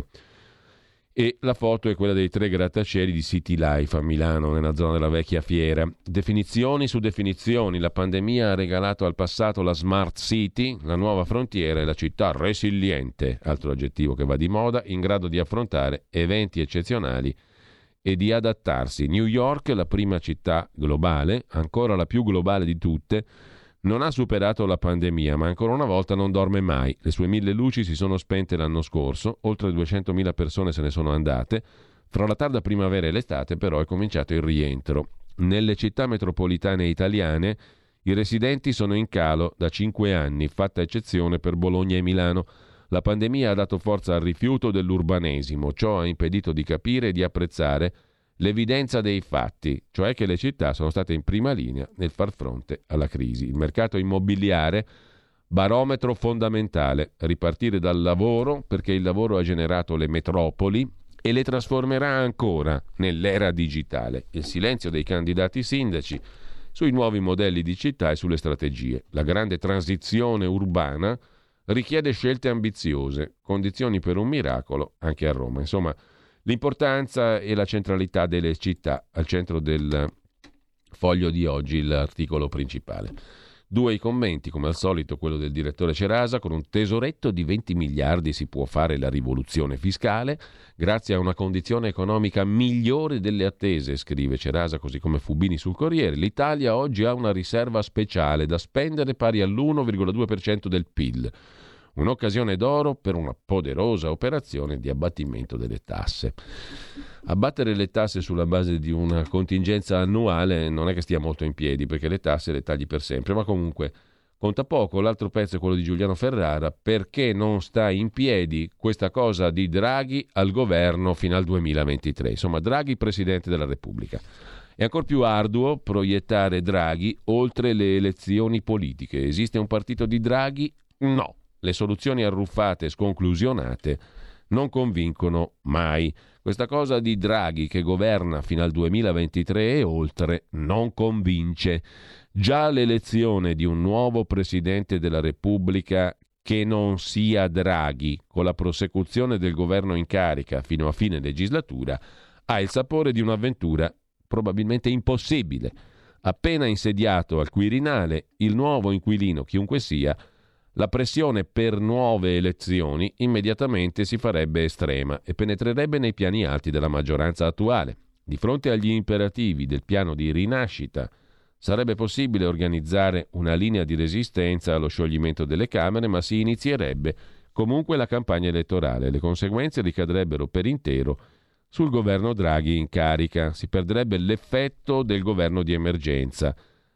E la foto è quella dei 3 grattacieli di City Life a Milano, nella zona della vecchia fiera. Definizioni su definizioni. La pandemia ha regalato al passato la Smart City, la nuova frontiera, e la città resiliente, altro aggettivo che va di moda, in grado di affrontare eventi eccezionali e di adattarsi. New York, la prima città globale, ancora la più globale di tutte, non ha superato la pandemia, ma ancora una volta non dorme mai. Le sue 1000 luci si sono spente l'anno scorso, oltre 200.000 persone se ne sono andate. Fra la tarda primavera e l'estate però è cominciato il rientro. Nelle città metropolitane italiane i residenti sono in calo da 5 anni, fatta eccezione per Bologna e Milano. La pandemia ha dato forza al rifiuto dell'urbanesimo, ciò ha impedito di capire e di apprezzare l'evidenza dei fatti, cioè che le città sono state in prima linea nel far fronte alla crisi. Il mercato immobiliare, barometro fondamentale, ripartire dal lavoro, perché il lavoro ha generato le metropoli e le trasformerà ancora nell'era digitale. Il silenzio dei candidati sindaci sui nuovi modelli di città e sulle strategie. La grande transizione urbana richiede scelte ambiziose, condizioni per un miracolo anche a Roma. Insomma, l'importanza e la centralità delle città al centro del foglio di oggi, l'articolo principale. 2 i commenti, come al solito quello del direttore Cerasa: con un tesoretto di 20 miliardi si può fare la rivoluzione fiscale, grazie a una condizione economica migliore delle attese, scrive Cerasa, così come Fubini sul Corriere. L'Italia oggi ha una riserva speciale da spendere pari all'1,2% del PIL. Un'occasione d'oro per una poderosa operazione di abbattimento delle tasse. Abbattere le tasse sulla base di una contingenza annuale non è che stia molto in piedi, perché le tasse le tagli per sempre, ma comunque conta poco. L'altro pezzo è quello di Giuliano Ferrara: perché non sta in piedi questa cosa di Draghi al governo fino al 2023. Insomma, Draghi Presidente della Repubblica. È ancora più arduo proiettare Draghi oltre le elezioni politiche. Esiste un partito di Draghi? No. Le soluzioni arruffate e sconclusionate non convincono mai. Questa cosa di Draghi che governa fino al 2023 e oltre non convince. Già l'elezione di un nuovo Presidente della Repubblica che non sia Draghi, con la prosecuzione del governo in carica fino a fine legislatura, ha il sapore di un'avventura probabilmente impossibile. Appena insediato al Quirinale, il nuovo inquilino, chiunque sia, la pressione per nuove elezioni immediatamente si farebbe estrema e penetrerebbe nei piani alti della maggioranza attuale. Di fronte agli imperativi del piano di rinascita, sarebbe possibile organizzare una linea di resistenza allo scioglimento delle Camere, ma si inizierebbe comunque la campagna elettorale. Le conseguenze ricadrebbero per intero sul governo Draghi in carica. Si perderebbe l'effetto del governo di emergenza,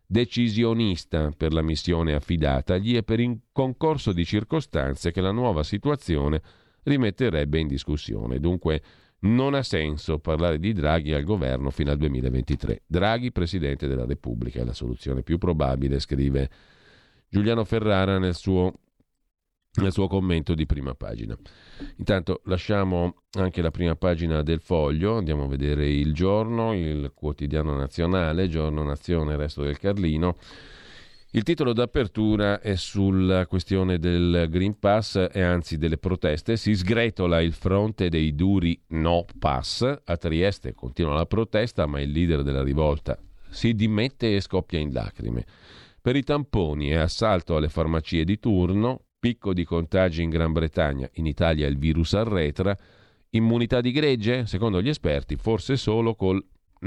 decisionista per la missione affidatagli e per il concorso di circostanze che la nuova situazione rimetterebbe in discussione. Dunque non ha senso parlare di Draghi al governo fino al 2023. Draghi Presidente della Repubblica è la soluzione più probabile, scrive Giuliano Ferrara nel suo commento di prima pagina. Intanto lasciamo anche la prima pagina del Foglio, andiamo a vedere Il Giorno, il quotidiano nazionale, Giorno, Nazione, Resto del Carlino. Il titolo d'apertura è sulla questione del Green Pass e anzi delle proteste. Si sgretola il fronte dei duri no pass. A Trieste continua la protesta, ma il leader della rivolta si dimette e scoppia in lacrime. Per i tamponi e assalto alle farmacie di turno, picco di contagi in Gran Bretagna, in Italia il virus arretra, immunità di gregge? Secondo gli esperti forse solo col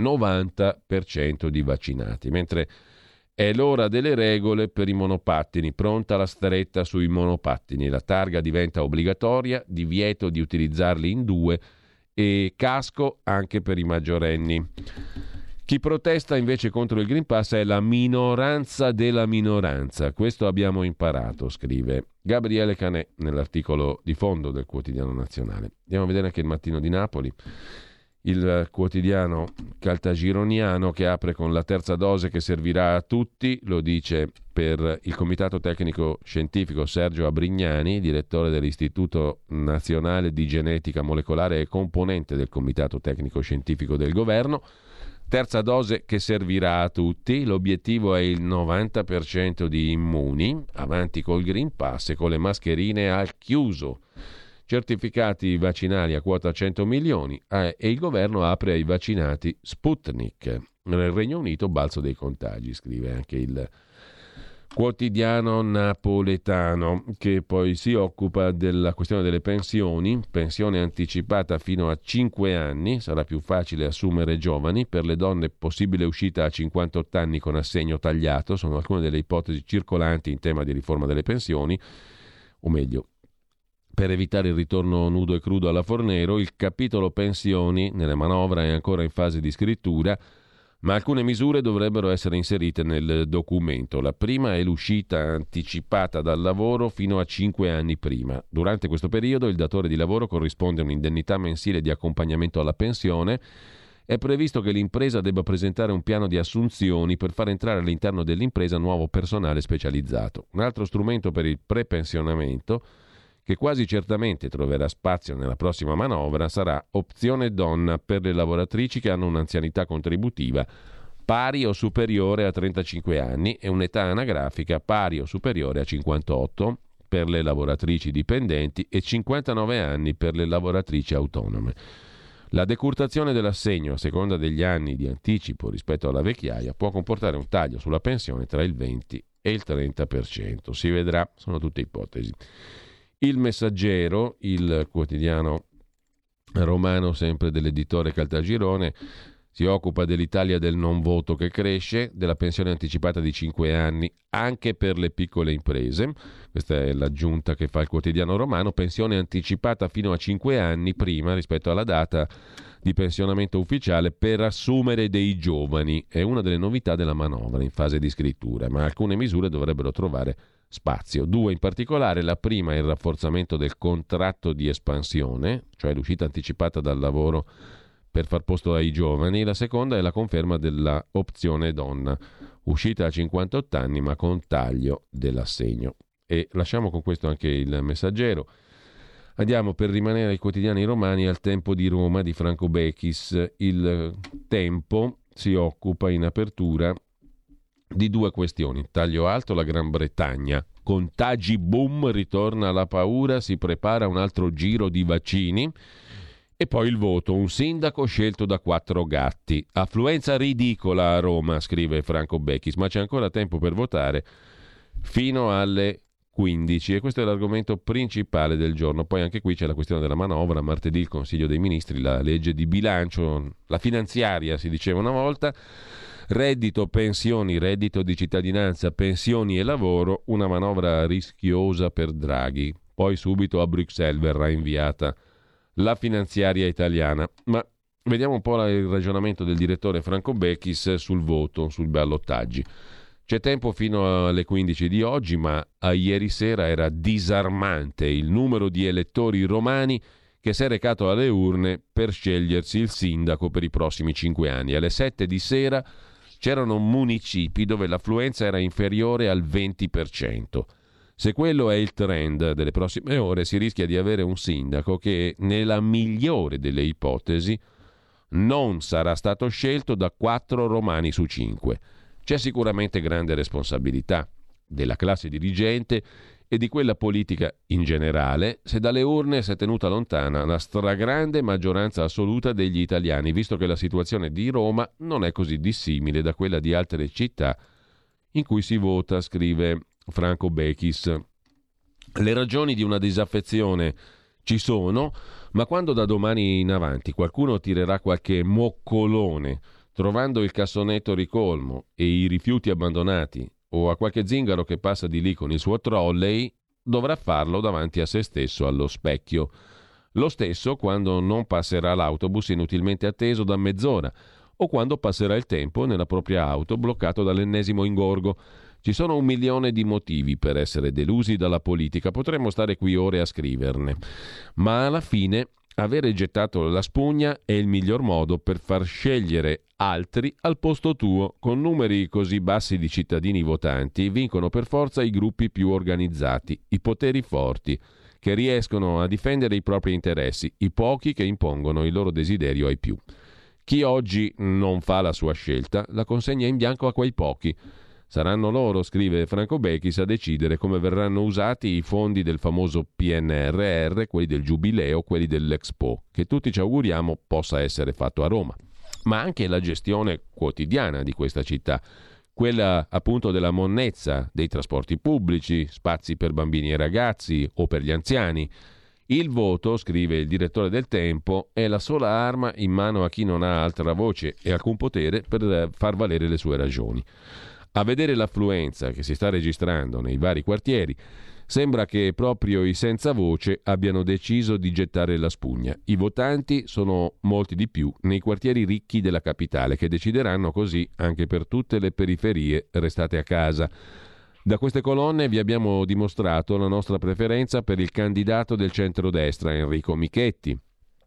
90% di vaccinati, mentre è l'ora delle regole per i monopattini, pronta la stretta sui monopattini, la targa diventa obbligatoria, divieto di utilizzarli in 2 e casco anche per i maggiorenni. Chi protesta invece contro il Green Pass è la minoranza della minoranza. Questo abbiamo imparato, scrive Gabriele Canè nell'articolo di fondo del Quotidiano Nazionale. Andiamo a vedere anche il Mattino di Napoli, il quotidiano caltagironiano che apre con la terza dose che servirà a tutti, lo dice per il Comitato Tecnico Scientifico Sergio Abrignani, direttore dell'Istituto Nazionale di Genetica Molecolare e componente del Comitato Tecnico Scientifico del Governo. Terza dose che servirà a tutti, l'obiettivo è il 90% di immuni, avanti col Green Pass e con le mascherine al chiuso. Certificati vaccinali a quota 100 milioni e il governo apre ai vaccinati Sputnik. Nel Regno Unito balzo dei contagi, scrive anche il quotidiano napoletano, che poi si occupa della questione delle pensioni. Pensione anticipata fino a 5 anni, sarà più facile assumere giovani, per le donne possibile uscita a 58 anni con assegno tagliato, sono alcune delle ipotesi circolanti in tema di riforma delle pensioni, o meglio, per evitare il ritorno nudo e crudo alla Fornero. Il capitolo pensioni nella manovra è ancora in fase di scrittura, ma alcune misure dovrebbero essere inserite nel documento. La prima è l'uscita anticipata dal lavoro fino a 5 anni prima. Durante questo periodo il datore di lavoro corrisponde a un'indennità mensile di accompagnamento alla pensione. È previsto che l'impresa debba presentare un piano di assunzioni per far entrare all'interno dell'impresa nuovo personale specializzato. Un altro strumento per il prepensionamento, che quasi certamente troverà spazio nella prossima manovra, sarà opzione donna per le lavoratrici che hanno un'anzianità contributiva pari o superiore a 35 anni e un'età anagrafica pari o superiore a 58 per le lavoratrici dipendenti e 59 anni per le lavoratrici autonome. La decurtazione dell'assegno a seconda degli anni di anticipo rispetto alla vecchiaia può comportare un taglio sulla pensione tra il 20 e il 30%. Si vedrà, sono tutte ipotesi. Il Messaggero, il quotidiano romano sempre dell'editore Caltagirone, si occupa dell'Italia del non voto che cresce, della pensione anticipata di 5 anni anche per le piccole imprese. Questa è l'aggiunta che fa il quotidiano romano: pensione anticipata fino a 5 anni prima rispetto alla data di pensionamento ufficiale per assumere dei giovani. È una delle novità della manovra in fase di scrittura, ma alcune misure dovrebbero trovare spazio. 2 in particolare: la prima è il rafforzamento del contratto di espansione, cioè l'uscita anticipata dal lavoro per far posto ai giovani. La seconda è la conferma della opzione donna, uscita a 58 anni ma con taglio dell'assegno. E lasciamo con questo anche il Messaggero. Andiamo, per rimanere ai quotidiani romani, al Tempo di Roma di Franco Bechis. Il Tempo si occupa in apertura di 2 questioni. Taglio alto, la Gran Bretagna. Contagi boom, ritorna la paura, si prepara un altro giro di vaccini. E poi il voto, un sindaco scelto da 4 gatti. Affluenza ridicola a Roma, scrive Franco Bechis, ma c'è ancora tempo per votare fino alle 15 e questo è l'argomento principale del giorno. Poi anche qui c'è la questione della manovra. Martedì il Consiglio dei Ministri, la legge di bilancio, la finanziaria si diceva una volta, reddito, pensioni, reddito di cittadinanza, pensioni e lavoro, una manovra rischiosa per Draghi. Poi subito a Bruxelles verrà inviata la finanziaria italiana. Ma vediamo un po' il ragionamento del direttore Franco Bechis sul voto, sul ballottaggi. C'è tempo fino alle 15 di oggi, ma a ieri sera era disarmante il numero di elettori romani che si è recato alle urne per scegliersi il sindaco per i prossimi 5 anni. Alle 7 di sera c'erano municipi dove l'affluenza era inferiore al 20%. Se quello è il trend delle prossime ore, si rischia di avere un sindaco che, nella migliore delle ipotesi, non sarà stato scelto da 4 romani su 5. C'è sicuramente grande responsabilità della classe dirigente e di quella politica in generale se dalle urne si è tenuta lontana la stragrande maggioranza assoluta degli italiani, visto che la situazione di Roma non è così dissimile da quella di altre città in cui si vota, scrive Franco Bechis. Le ragioni di una disaffezione ci sono, ma quando da domani in avanti qualcuno tirerà qualche moccolone trovando il cassonetto ricolmo e i rifiuti abbandonati, o a qualche zingaro che passa di lì con il suo trolley, dovrà farlo davanti a se stesso allo specchio. Lo stesso quando non passerà l'autobus inutilmente atteso da mezz'ora, o quando passerà il tempo nella propria auto bloccato dall'ennesimo ingorgo. Ci sono 1 milione di motivi per essere delusi dalla politica, potremmo stare qui ore a scriverne, ma alla fine avere gettato la spugna è il miglior modo per far scegliere altri al posto tuo. Con numeri così bassi di cittadini votanti vincono per forza i gruppi più organizzati, i poteri forti, che riescono a difendere i propri interessi, i pochi che impongono il loro desiderio ai più. Chi oggi non fa la sua scelta la consegna in bianco a quei pochi. Saranno loro, scrive Franco Bechis, a decidere come verranno usati i fondi del famoso PNRR, quelli del Giubileo, quelli dell'Expo, che tutti ci auguriamo possa essere fatto a Roma. Ma anche la gestione quotidiana di questa città, quella appunto della monnezza, dei trasporti pubblici, spazi per bambini e ragazzi o per gli anziani. Il voto, scrive il direttore del Tempo, è la sola arma in mano a chi non ha altra voce e alcun potere per far valere le sue ragioni. A vedere l'affluenza che si sta registrando nei vari quartieri, sembra che proprio i senza voce abbiano deciso di gettare la spugna. I votanti sono molti di più nei quartieri ricchi della capitale, che decideranno così anche per tutte le periferie restate a casa. Da queste colonne vi abbiamo dimostrato la nostra preferenza per il candidato del centrodestra, Enrico Michetti.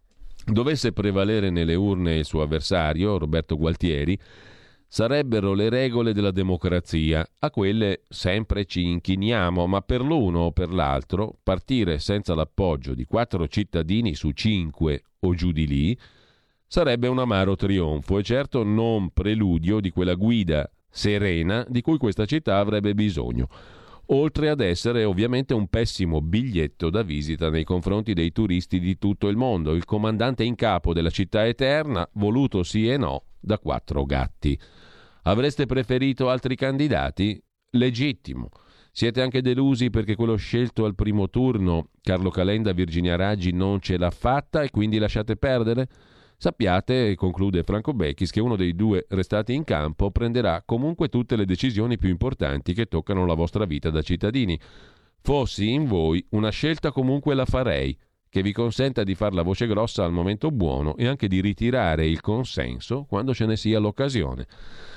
Dovesse prevalere nelle urne il suo avversario, Roberto Gualtieri, sarebbero le regole della democrazia. A quelle sempre ci inchiniamo, ma per l'uno o per l'altro partire senza l'appoggio di 4 cittadini su 5 o giù di lì sarebbe un amaro trionfo e certo non preludio di quella guida serena di cui questa città avrebbe bisogno, oltre ad essere ovviamente un pessimo biglietto da visita nei confronti dei turisti di tutto il mondo, il comandante in capo della città eterna, voluto sì e no da 4 gatti. Avreste preferito altri candidati? Legittimo. Siete anche delusi perché quello scelto al primo turno, Carlo Calenda, Virginia Raggi, non ce l'ha fatta e quindi lasciate perdere? Sappiate, conclude Franco Bechis, che uno dei 2 restati in campo prenderà comunque tutte le decisioni più importanti che toccano la vostra vita da cittadini. Fossi in voi, una scelta comunque la farei, che vi consenta di far la voce grossa al momento buono e anche di ritirare il consenso quando ce ne sia l'occasione.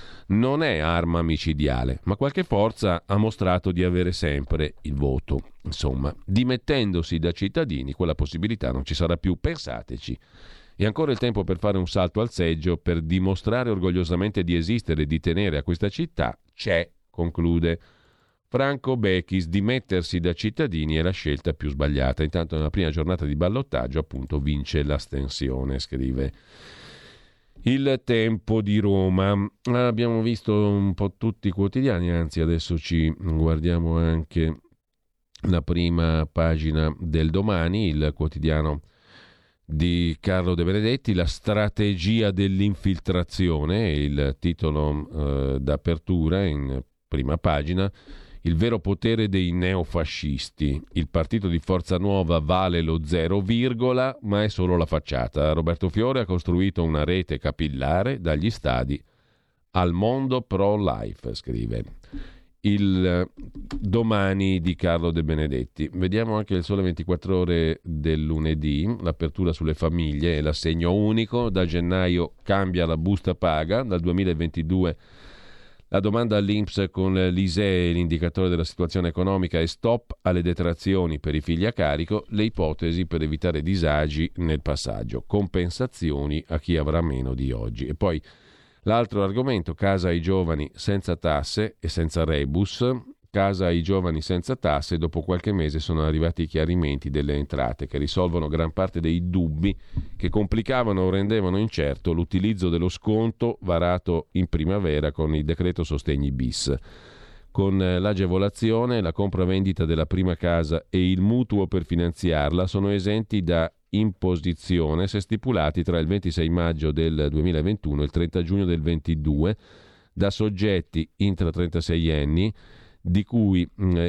Non è arma micidiale, ma qualche forza ha mostrato di avere sempre il voto. Insomma, dimettendosi da cittadini, quella possibilità non ci sarà più, pensateci. E ancora il tempo per fare un salto al seggio, per dimostrare orgogliosamente di esistere e di tenere a questa città, c'è, conclude Franco Bechis. Dimettersi da cittadini è la scelta più sbagliata. Intanto nella prima giornata di ballottaggio appunto vince l'astensione, scrive Il Tempo di Roma. Abbiamo visto un po' tutti i quotidiani, anzi adesso ci guardiamo anche la prima pagina del Domani, il quotidiano di Carlo De Benedetti, La strategia dell'infiltrazione, il titolo d'apertura in prima pagina. Il vero potere dei neofascisti. Il partito di Forza Nuova vale lo 0, ma è solo la facciata. Roberto Fiore ha costruito una rete capillare dagli stadi al mondo pro-life, scrive il Domani di Carlo De Benedetti. Vediamo anche il Sole 24 Ore del lunedì, l'apertura sulle famiglie e l'assegno unico. Da gennaio cambia la busta paga, dal 2022 la domanda all'INPS con l'ISEE, l'indicatore della situazione economica, è stop alle detrazioni per i figli a carico, le ipotesi per evitare disagi nel passaggio, compensazioni a chi avrà meno di oggi. E poi l'altro argomento, casa ai giovani senza tasse e senza rebus. Casa ai giovani senza tasse, dopo qualche mese sono arrivati i chiarimenti delle entrate che risolvono gran parte dei dubbi che complicavano o rendevano incerto l'utilizzo dello sconto varato in primavera con il decreto sostegni bis. Con l'agevolazione, la compravendita della prima casa e il mutuo per finanziarla sono esenti da imposizione se stipulati tra il 26 maggio del 2021 e il 30 giugno del 2022 da soggetti intra 36 anni il cui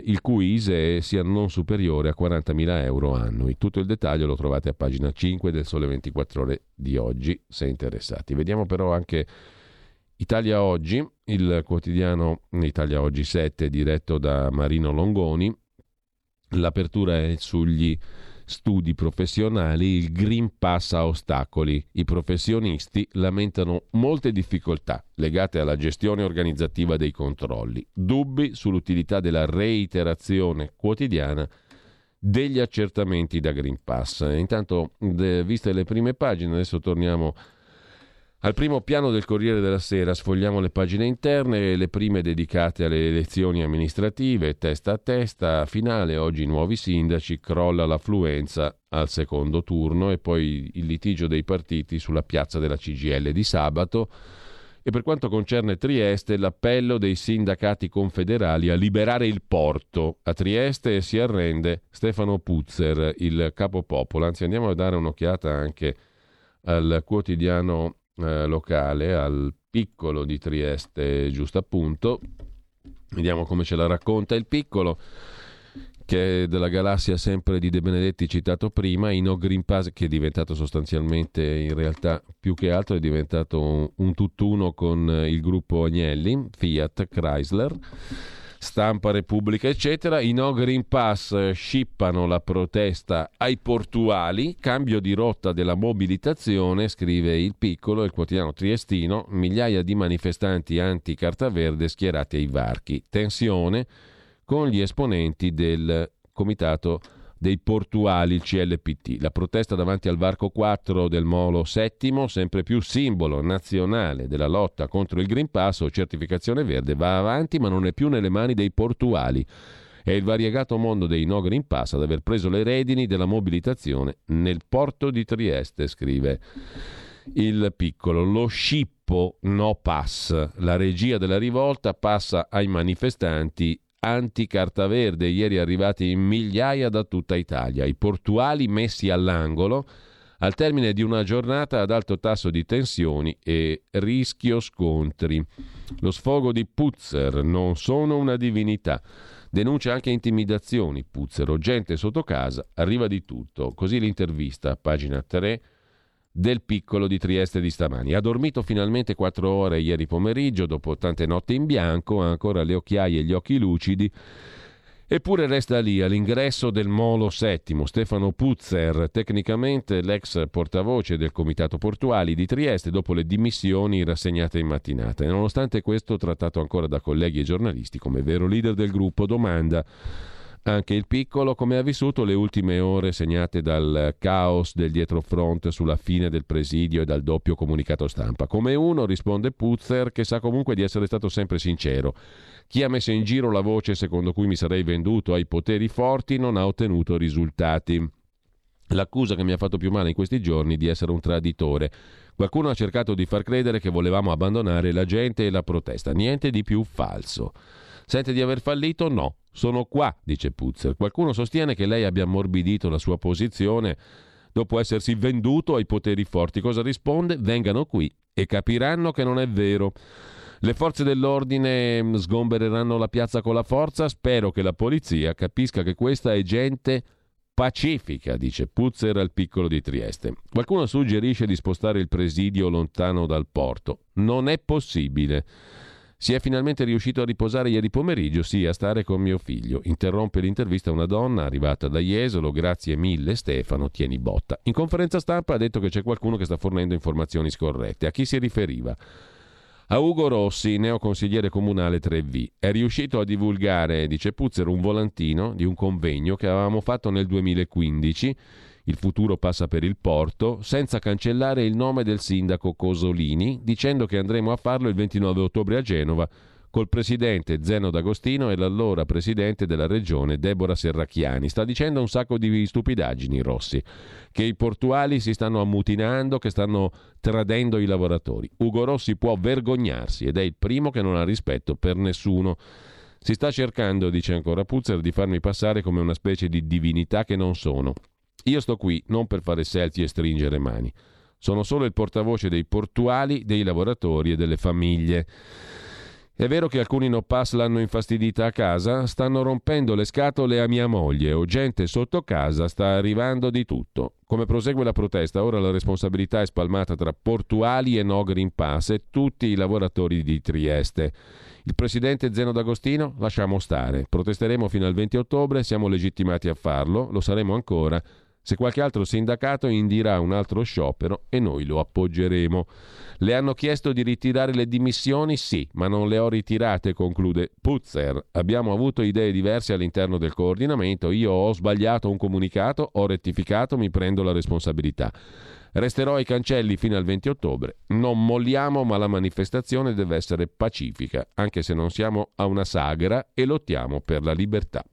ISEE sia non superiore a 40.000 euro annui. Tutto il dettaglio lo trovate a pagina 5 del Sole 24 Ore di oggi, se interessati. Vediamo però anche Italia Oggi, il quotidiano Italia Oggi 7 diretto da Marino Longoni. L'apertura è sugli studi professionali, il Green Pass a ostacoli. I professionisti lamentano molte difficoltà legate alla gestione organizzativa dei controlli, dubbi sull'utilità della reiterazione quotidiana degli accertamenti da Green Pass. Intanto, viste le prime pagine, adesso torniamo Al primo piano del Corriere della Sera sfogliamo le pagine interne, le prime dedicate alle elezioni amministrative, testa a testa, finale, oggi nuovi sindaci, crolla l'affluenza al secondo turno e poi il litigio dei partiti sulla piazza della CGIL di sabato. E per quanto concerne Trieste, l'appello dei sindacati confederali a liberare il porto. A Trieste si arrende Stefano Puzzer, il capopopolo. Anzi, andiamo a dare un'occhiata anche al quotidiano locale, al Piccolo di Trieste, giusto appunto. Vediamo come ce la racconta il Piccolo, che è della galassia sempre di De Benedetti citato prima. I No Green Pass, che è diventato sostanzialmente, in realtà più che altro è diventato un tutt'uno con il gruppo Agnelli, Fiat, Chrysler, Stampa, Repubblica eccetera. I No Green Pass scippano la protesta ai portuali, cambio di rotta della mobilitazione, scrive il Piccolo, il quotidiano triestino, migliaia di manifestanti anti-carta verde schierati ai varchi, tensione con gli esponenti del comitato dei portuali, il CLPT. La protesta davanti al varco 4 del Molo VII, sempre più simbolo nazionale della lotta contro il Green Pass o certificazione verde, va avanti ma non è più nelle mani dei portuali. È il variegato mondo dei No Green Pass ad aver preso le redini della mobilitazione nel porto di Trieste, scrive il Piccolo. Lo scippo No Pass, la regia della rivolta, passa ai manifestanti anti-carta verde, ieri arrivati in migliaia da tutta Italia. I portuali messi all'angolo al termine di una giornata ad alto tasso di tensioni e rischio scontri. Lo sfogo di Puzzer: non sono una divinità. Denuncia anche intimidazioni. Puzzer: gente sotto casa, arriva di tutto. Così l'intervista, pagina 3 del Piccolo di Trieste di stamani. Ha dormito finalmente 4 ore ieri pomeriggio, dopo tante notti in bianco, ha ancora le occhiaie e gli occhi lucidi, eppure resta lì all'ingresso del Molo VII. Stefano Puzzer, tecnicamente l'ex portavoce del Comitato Portuali di Trieste, dopo le dimissioni rassegnate in mattinata. E nonostante questo, trattato ancora da colleghi e giornalisti come vero leader del gruppo, domanda anche il Piccolo come ha vissuto le ultime ore segnate dal caos del dietrofront sulla fine del presidio e dal doppio comunicato stampa. Come uno, risponde Puzzer, che sa comunque di essere stato sempre sincero. Chi ha messo in giro la voce secondo cui mi sarei venduto ai poteri forti non ha ottenuto risultati. L'accusa che mi ha fatto più male in questi giorni di essere un traditore. Qualcuno ha cercato di far credere che volevamo abbandonare la gente e la protesta. Niente di più falso. Sente di aver fallito? No. Sono qua, dice Puzzer. Qualcuno sostiene che lei abbia ammorbidito la sua posizione dopo essersi venduto ai poteri forti. Cosa risponde? Vengano qui e capiranno che non è vero. Le forze dell'ordine sgombereranno la piazza con la forza. Spero che la polizia capisca che questa è gente pacifica, dice Puzzer al Piccolo di Trieste. Qualcuno suggerisce di spostare il presidio lontano dal porto. Non è possibile. Si è finalmente riuscito a riposare ieri pomeriggio, sì, a stare con mio figlio. Interrompe l'intervista una donna arrivata da Jesolo. Grazie mille Stefano, tieni botta. In conferenza stampa ha detto che c'è qualcuno che sta fornendo informazioni scorrette. A chi si riferiva? A Ugo Rossi, neoconsigliere comunale 3V. È riuscito a divulgare, dice Puzzer, un volantino di un convegno che avevamo fatto nel 2015. Il futuro passa per il porto, senza cancellare il nome del sindaco Cosolini, dicendo che andremo a farlo il 29 ottobre a Genova col presidente Zeno D'Agostino e l'allora presidente della regione Deborah Serracchiani. Sta dicendo un sacco di stupidaggini Rossi, che i portuali si stanno ammutinando, che stanno tradendo i lavoratori. Ugo Rossi può vergognarsi ed è il primo che non ha rispetto per nessuno. Si sta cercando, dice ancora Puzzer, di farmi passare come una specie di divinità che non sono. Io sto qui non per fare selfie e stringere mani. Sono solo il portavoce dei portuali, dei lavoratori e delle famiglie. È vero che alcuni no pass l'hanno infastidita a casa? Stanno rompendo le scatole a mia moglie o gente sotto casa, sta arrivando di tutto. Come prosegue la protesta, ora la responsabilità è spalmata tra portuali e no Green Pass e tutti i lavoratori di Trieste. Il presidente Zeno D'Agostino? Lasciamo stare. Protesteremo fino al 20 ottobre, siamo legittimati a farlo, lo saremo ancora se qualche altro sindacato indirà un altro sciopero e noi lo appoggeremo. Le hanno chiesto di ritirare le dimissioni? Sì, ma non le ho ritirate, conclude Puzzer. Abbiamo avuto idee diverse all'interno del coordinamento, io ho sbagliato un comunicato, ho rettificato, mi prendo la responsabilità. Resterò ai cancelli fino al 20 ottobre. Non molliamo, ma la manifestazione deve essere pacifica, anche se non siamo a una sagra e lottiamo per la libertà.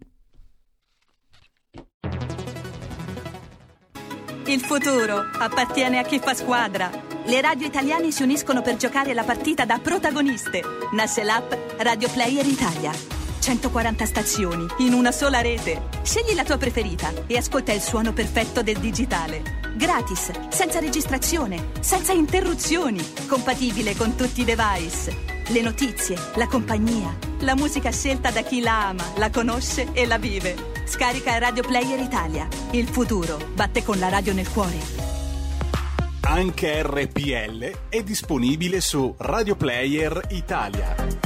Il futuro appartiene a chi fa squadra. Le radio italiane si uniscono per giocare la partita da protagoniste. Nasce l'app Radio Player Italia. 140 stazioni in una sola rete. Scegli la tua preferita e ascolta il suono perfetto del digitale. Gratis, senza registrazione, senza interruzioni, compatibile con tutti i device. Le notizie, la compagnia, la musica scelta da chi la ama, la conosce e la vive. Scarica Radio Player Italia. Il futuro batte con la radio nel cuore. Anche RPL è disponibile su Radio Player Italia.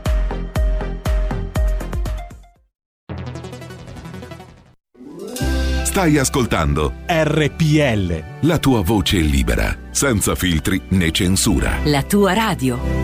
Stai ascoltando RPL, la tua voce libera, senza filtri né censura. La tua radio.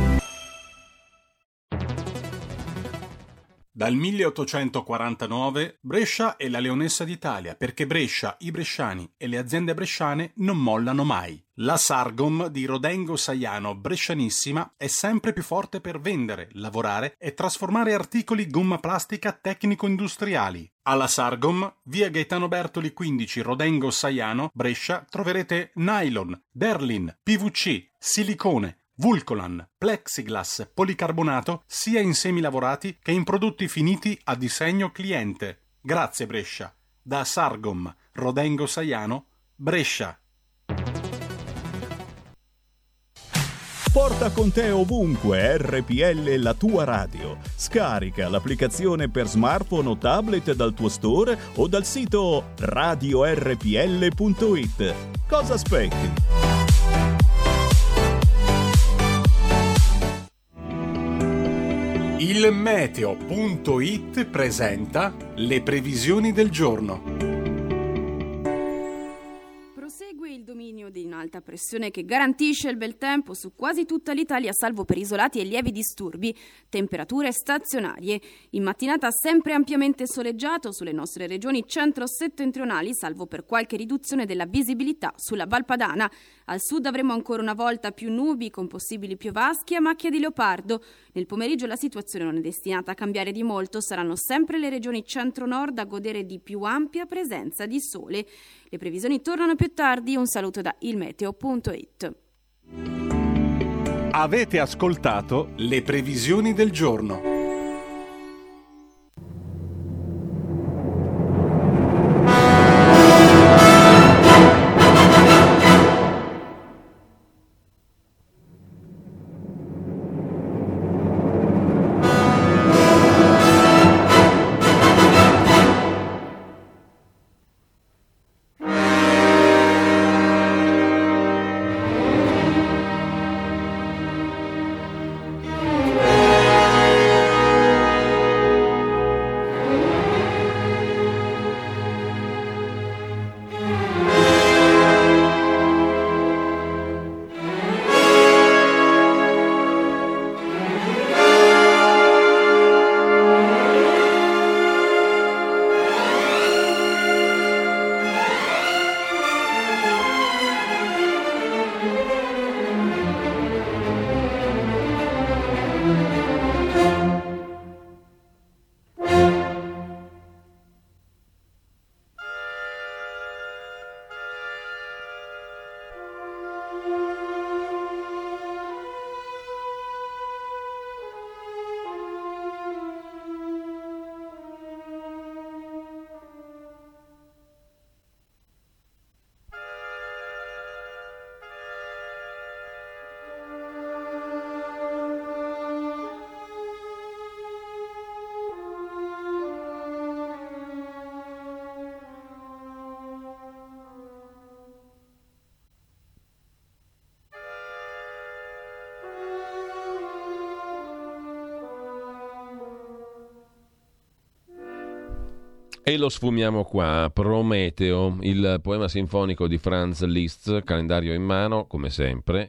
Dal 1849 Brescia è la leonessa d'Italia, perché Brescia, i bresciani e le aziende bresciane non mollano mai. La Sargom di Rodengo Saiano, brescianissima, è sempre più forte per vendere, lavorare e trasformare articoli gomma plastica tecnico-industriali. Alla Sargom, via Gaetano Bertoli 15, Rodengo Saiano, Brescia, troverete nylon, derlin, PVC, silicone, Vulcolan, plexiglass, policarbonato, sia in semi lavorati che in prodotti finiti a disegno cliente. Grazie Brescia. Da Sargom, Rodengo Saiano, Brescia. Porta con te ovunque RPL, la tua radio. Scarica l'applicazione per smartphone o tablet dal tuo store o dal sito radiorpl.it. Cosa aspetti? Il meteo.it presenta le previsioni del giorno. Prosegue il dominio di un'alta pressione che garantisce il bel tempo su quasi tutta l'Italia, salvo per isolati e lievi disturbi. Temperature stazionarie. In mattinata sempre ampiamente soleggiato sulle nostre regioni centro-settentrionali, salvo per qualche riduzione della visibilità sulla Val Padana. Al sud avremo ancora una volta più nubi con possibili piovaschi a macchia di leopardo. Nel pomeriggio la situazione non è destinata a cambiare di molto, saranno sempre le regioni centro-nord a godere di più ampia presenza di sole. Le previsioni tornano più tardi, un saluto da ilmeteo.it. Avete ascoltato le previsioni del giorno. E lo sfumiamo qua, Prometeo, il poema sinfonico di Franz Liszt, calendario in mano, come sempre,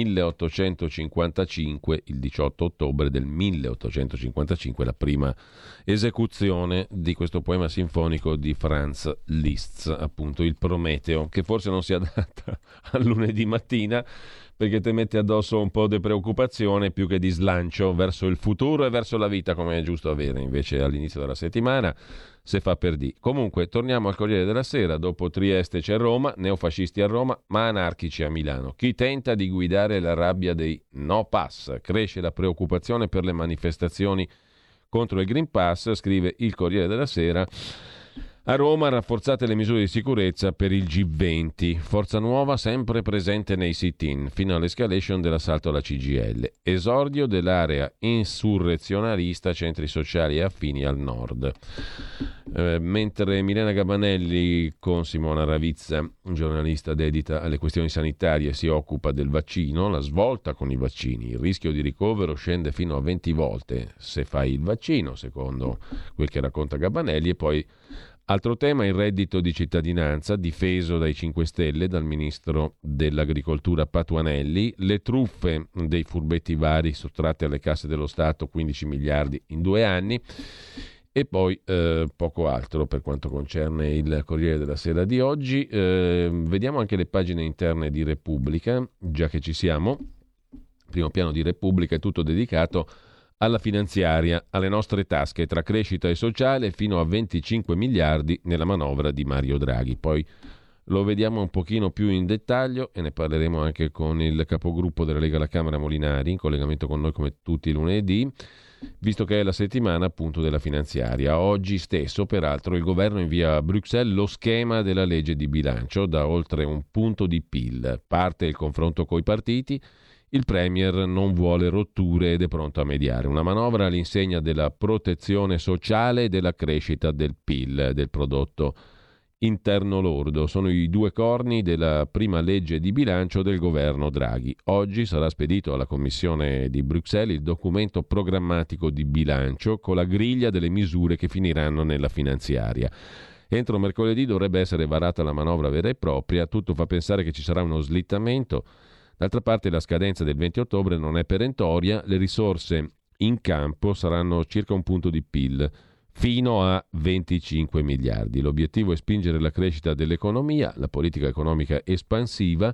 1855, il 18 ottobre del 1855, la prima esecuzione di questo poema sinfonico di Franz Liszt, appunto il Prometeo, che forse non si adatta al lunedì mattina, perché ti mette addosso un po' di preoccupazione più che di slancio verso il futuro e verso la vita, come è giusto avere invece all'inizio della settimana, se fa per dì. Comunque, torniamo al Corriere della Sera. Dopo Trieste c'è Roma, neofascisti a Roma, ma anarchici a Milano. Chi tenta di guidare la rabbia dei no pass? Cresce la preoccupazione per le manifestazioni contro il Green Pass, scrive il Corriere della Sera. A Roma rafforzate le misure di sicurezza per il G20. Forza Nuova sempre presente nei sit-in, fino all'escalation dell'assalto alla CGIL. Esordio dell'area insurrezionalista, centri sociali e affini al nord. Mentre Milena Gabanelli con Simona Ravizza, giornalista dedita alle questioni sanitarie, si occupa del vaccino, la svolta con i vaccini. Il rischio di ricovero scende fino a 20 volte se fai il vaccino, secondo quel che racconta Gabanelli, e poi altro tema, il reddito di cittadinanza, difeso dai 5 Stelle, dal ministro dell'Agricoltura Patuanelli, le truffe dei furbetti vari sottratti alle casse dello Stato, 15 miliardi in 2 anni, e poi poco altro per quanto concerne il Corriere della Sera di oggi. Vediamo anche le pagine interne di Repubblica, già che ci siamo. Primo piano di Repubblica è tutto dedicato alla finanziaria, alle nostre tasche, tra crescita e sociale, fino a 25 miliardi nella manovra di Mario Draghi. Poi lo vediamo un pochino più in dettaglio e ne parleremo anche con il capogruppo della Lega alla Camera Molinari, in collegamento con noi come tutti i lunedì, visto che è la settimana appunto della finanziaria. Oggi stesso, peraltro, il governo invia a Bruxelles lo schema della legge di bilancio da oltre un punto di PIL. Parte il confronto coi partiti. Il Premier non vuole rotture ed è pronto a mediare. Una manovra all'insegna della protezione sociale e della crescita del PIL, del prodotto interno lordo. Sono i 2 corni della prima legge di bilancio del governo Draghi. Oggi sarà spedito alla Commissione di Bruxelles il documento programmatico di bilancio con la griglia delle misure che finiranno nella finanziaria. Entro mercoledì dovrebbe essere varata la manovra vera e propria. Tutto fa pensare che ci sarà uno slittamento. D'altra parte la scadenza del 20 ottobre non è perentoria, le risorse in campo saranno circa un punto di PIL, fino a 25 miliardi. L'obiettivo è spingere la crescita dell'economia, la politica economica espansiva,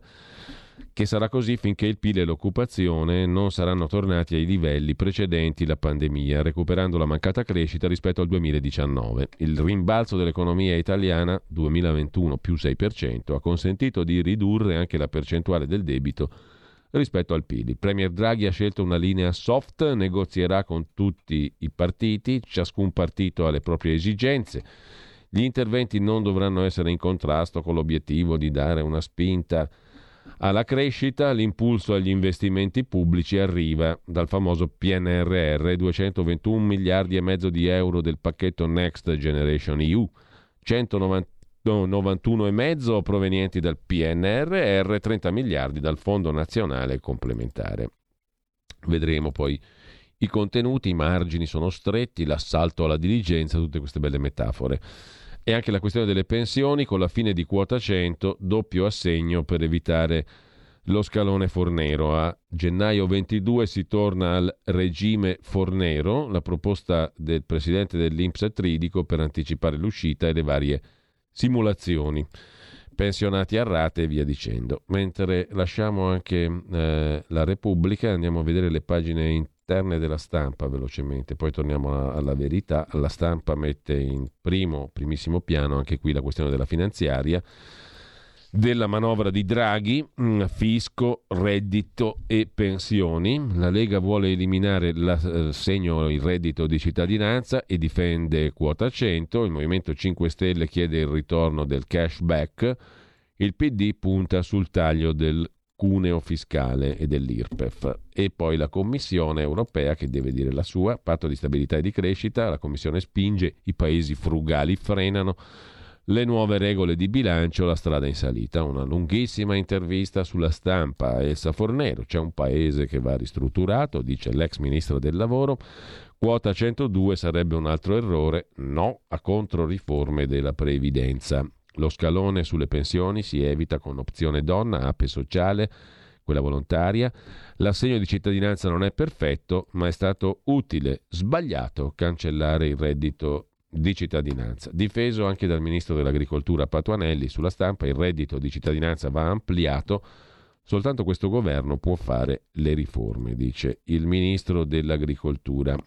che sarà così finché il PIL e l'occupazione non saranno tornati ai livelli precedenti la pandemia, recuperando la mancata crescita rispetto al 2019. Il rimbalzo dell'economia italiana 2021 più 6% ha consentito di ridurre anche la percentuale del debito rispetto al PIL. Il Premier Draghi ha scelto una linea soft, negozierà con tutti i partiti, ciascun partito ha le proprie esigenze. Gli interventi non dovranno essere in contrasto con l'obiettivo di dare una spinta alla crescita. L'impulso agli investimenti pubblici arriva dal famoso PNRR, 221 miliardi e mezzo di euro del pacchetto Next Generation EU, 191 e mezzo provenienti dal PNRR, 30 miliardi dal Fondo Nazionale Complementare. Vedremo poi i contenuti, i margini sono stretti, l'assalto alla diligenza, tutte queste belle metafore. E anche la questione delle pensioni, con la fine di quota 100, doppio assegno per evitare lo scalone Fornero. A gennaio 22 si torna al regime Fornero, la proposta del presidente dell'INPS Tridico per anticipare l'uscita e le varie simulazioni. Pensionati a rate e via dicendo. Mentre lasciamo anche la Repubblica, andiamo a vedere le pagine interne della Stampa velocemente, poi torniamo alla Verità. La Stampa mette in primissimo piano anche qui la questione della finanziaria, della manovra di Draghi, fisco, reddito e pensioni. La Lega vuole eliminare l'assegno, il reddito di cittadinanza e difende quota 100. Il Movimento 5 Stelle chiede il ritorno del cashback. Il PD punta sul taglio del cuneo fiscale e dell'IRPEF. E poi la Commissione europea che deve dire la sua, patto di stabilità e di crescita. La Commissione spinge, i paesi frugali frenano. Le nuove regole di bilancio, la strada in salita. Una lunghissima intervista sulla Stampa a Elsa Fornero. C'è un paese che va ristrutturato, dice l'ex ministro del lavoro. Quota 102 sarebbe un altro errore, no a controriforme della previdenza. Lo scalone sulle pensioni si evita con opzione donna, APE sociale, quella volontaria. L'assegno di cittadinanza non è perfetto, ma è stato utile. Sbagliato cancellare il reddito di cittadinanza. Difeso anche dal ministro dell'Agricoltura Patuanelli sulla Stampa, il reddito di cittadinanza va ampliato. Soltanto questo governo può fare le riforme, dice il ministro dell'Agricoltura.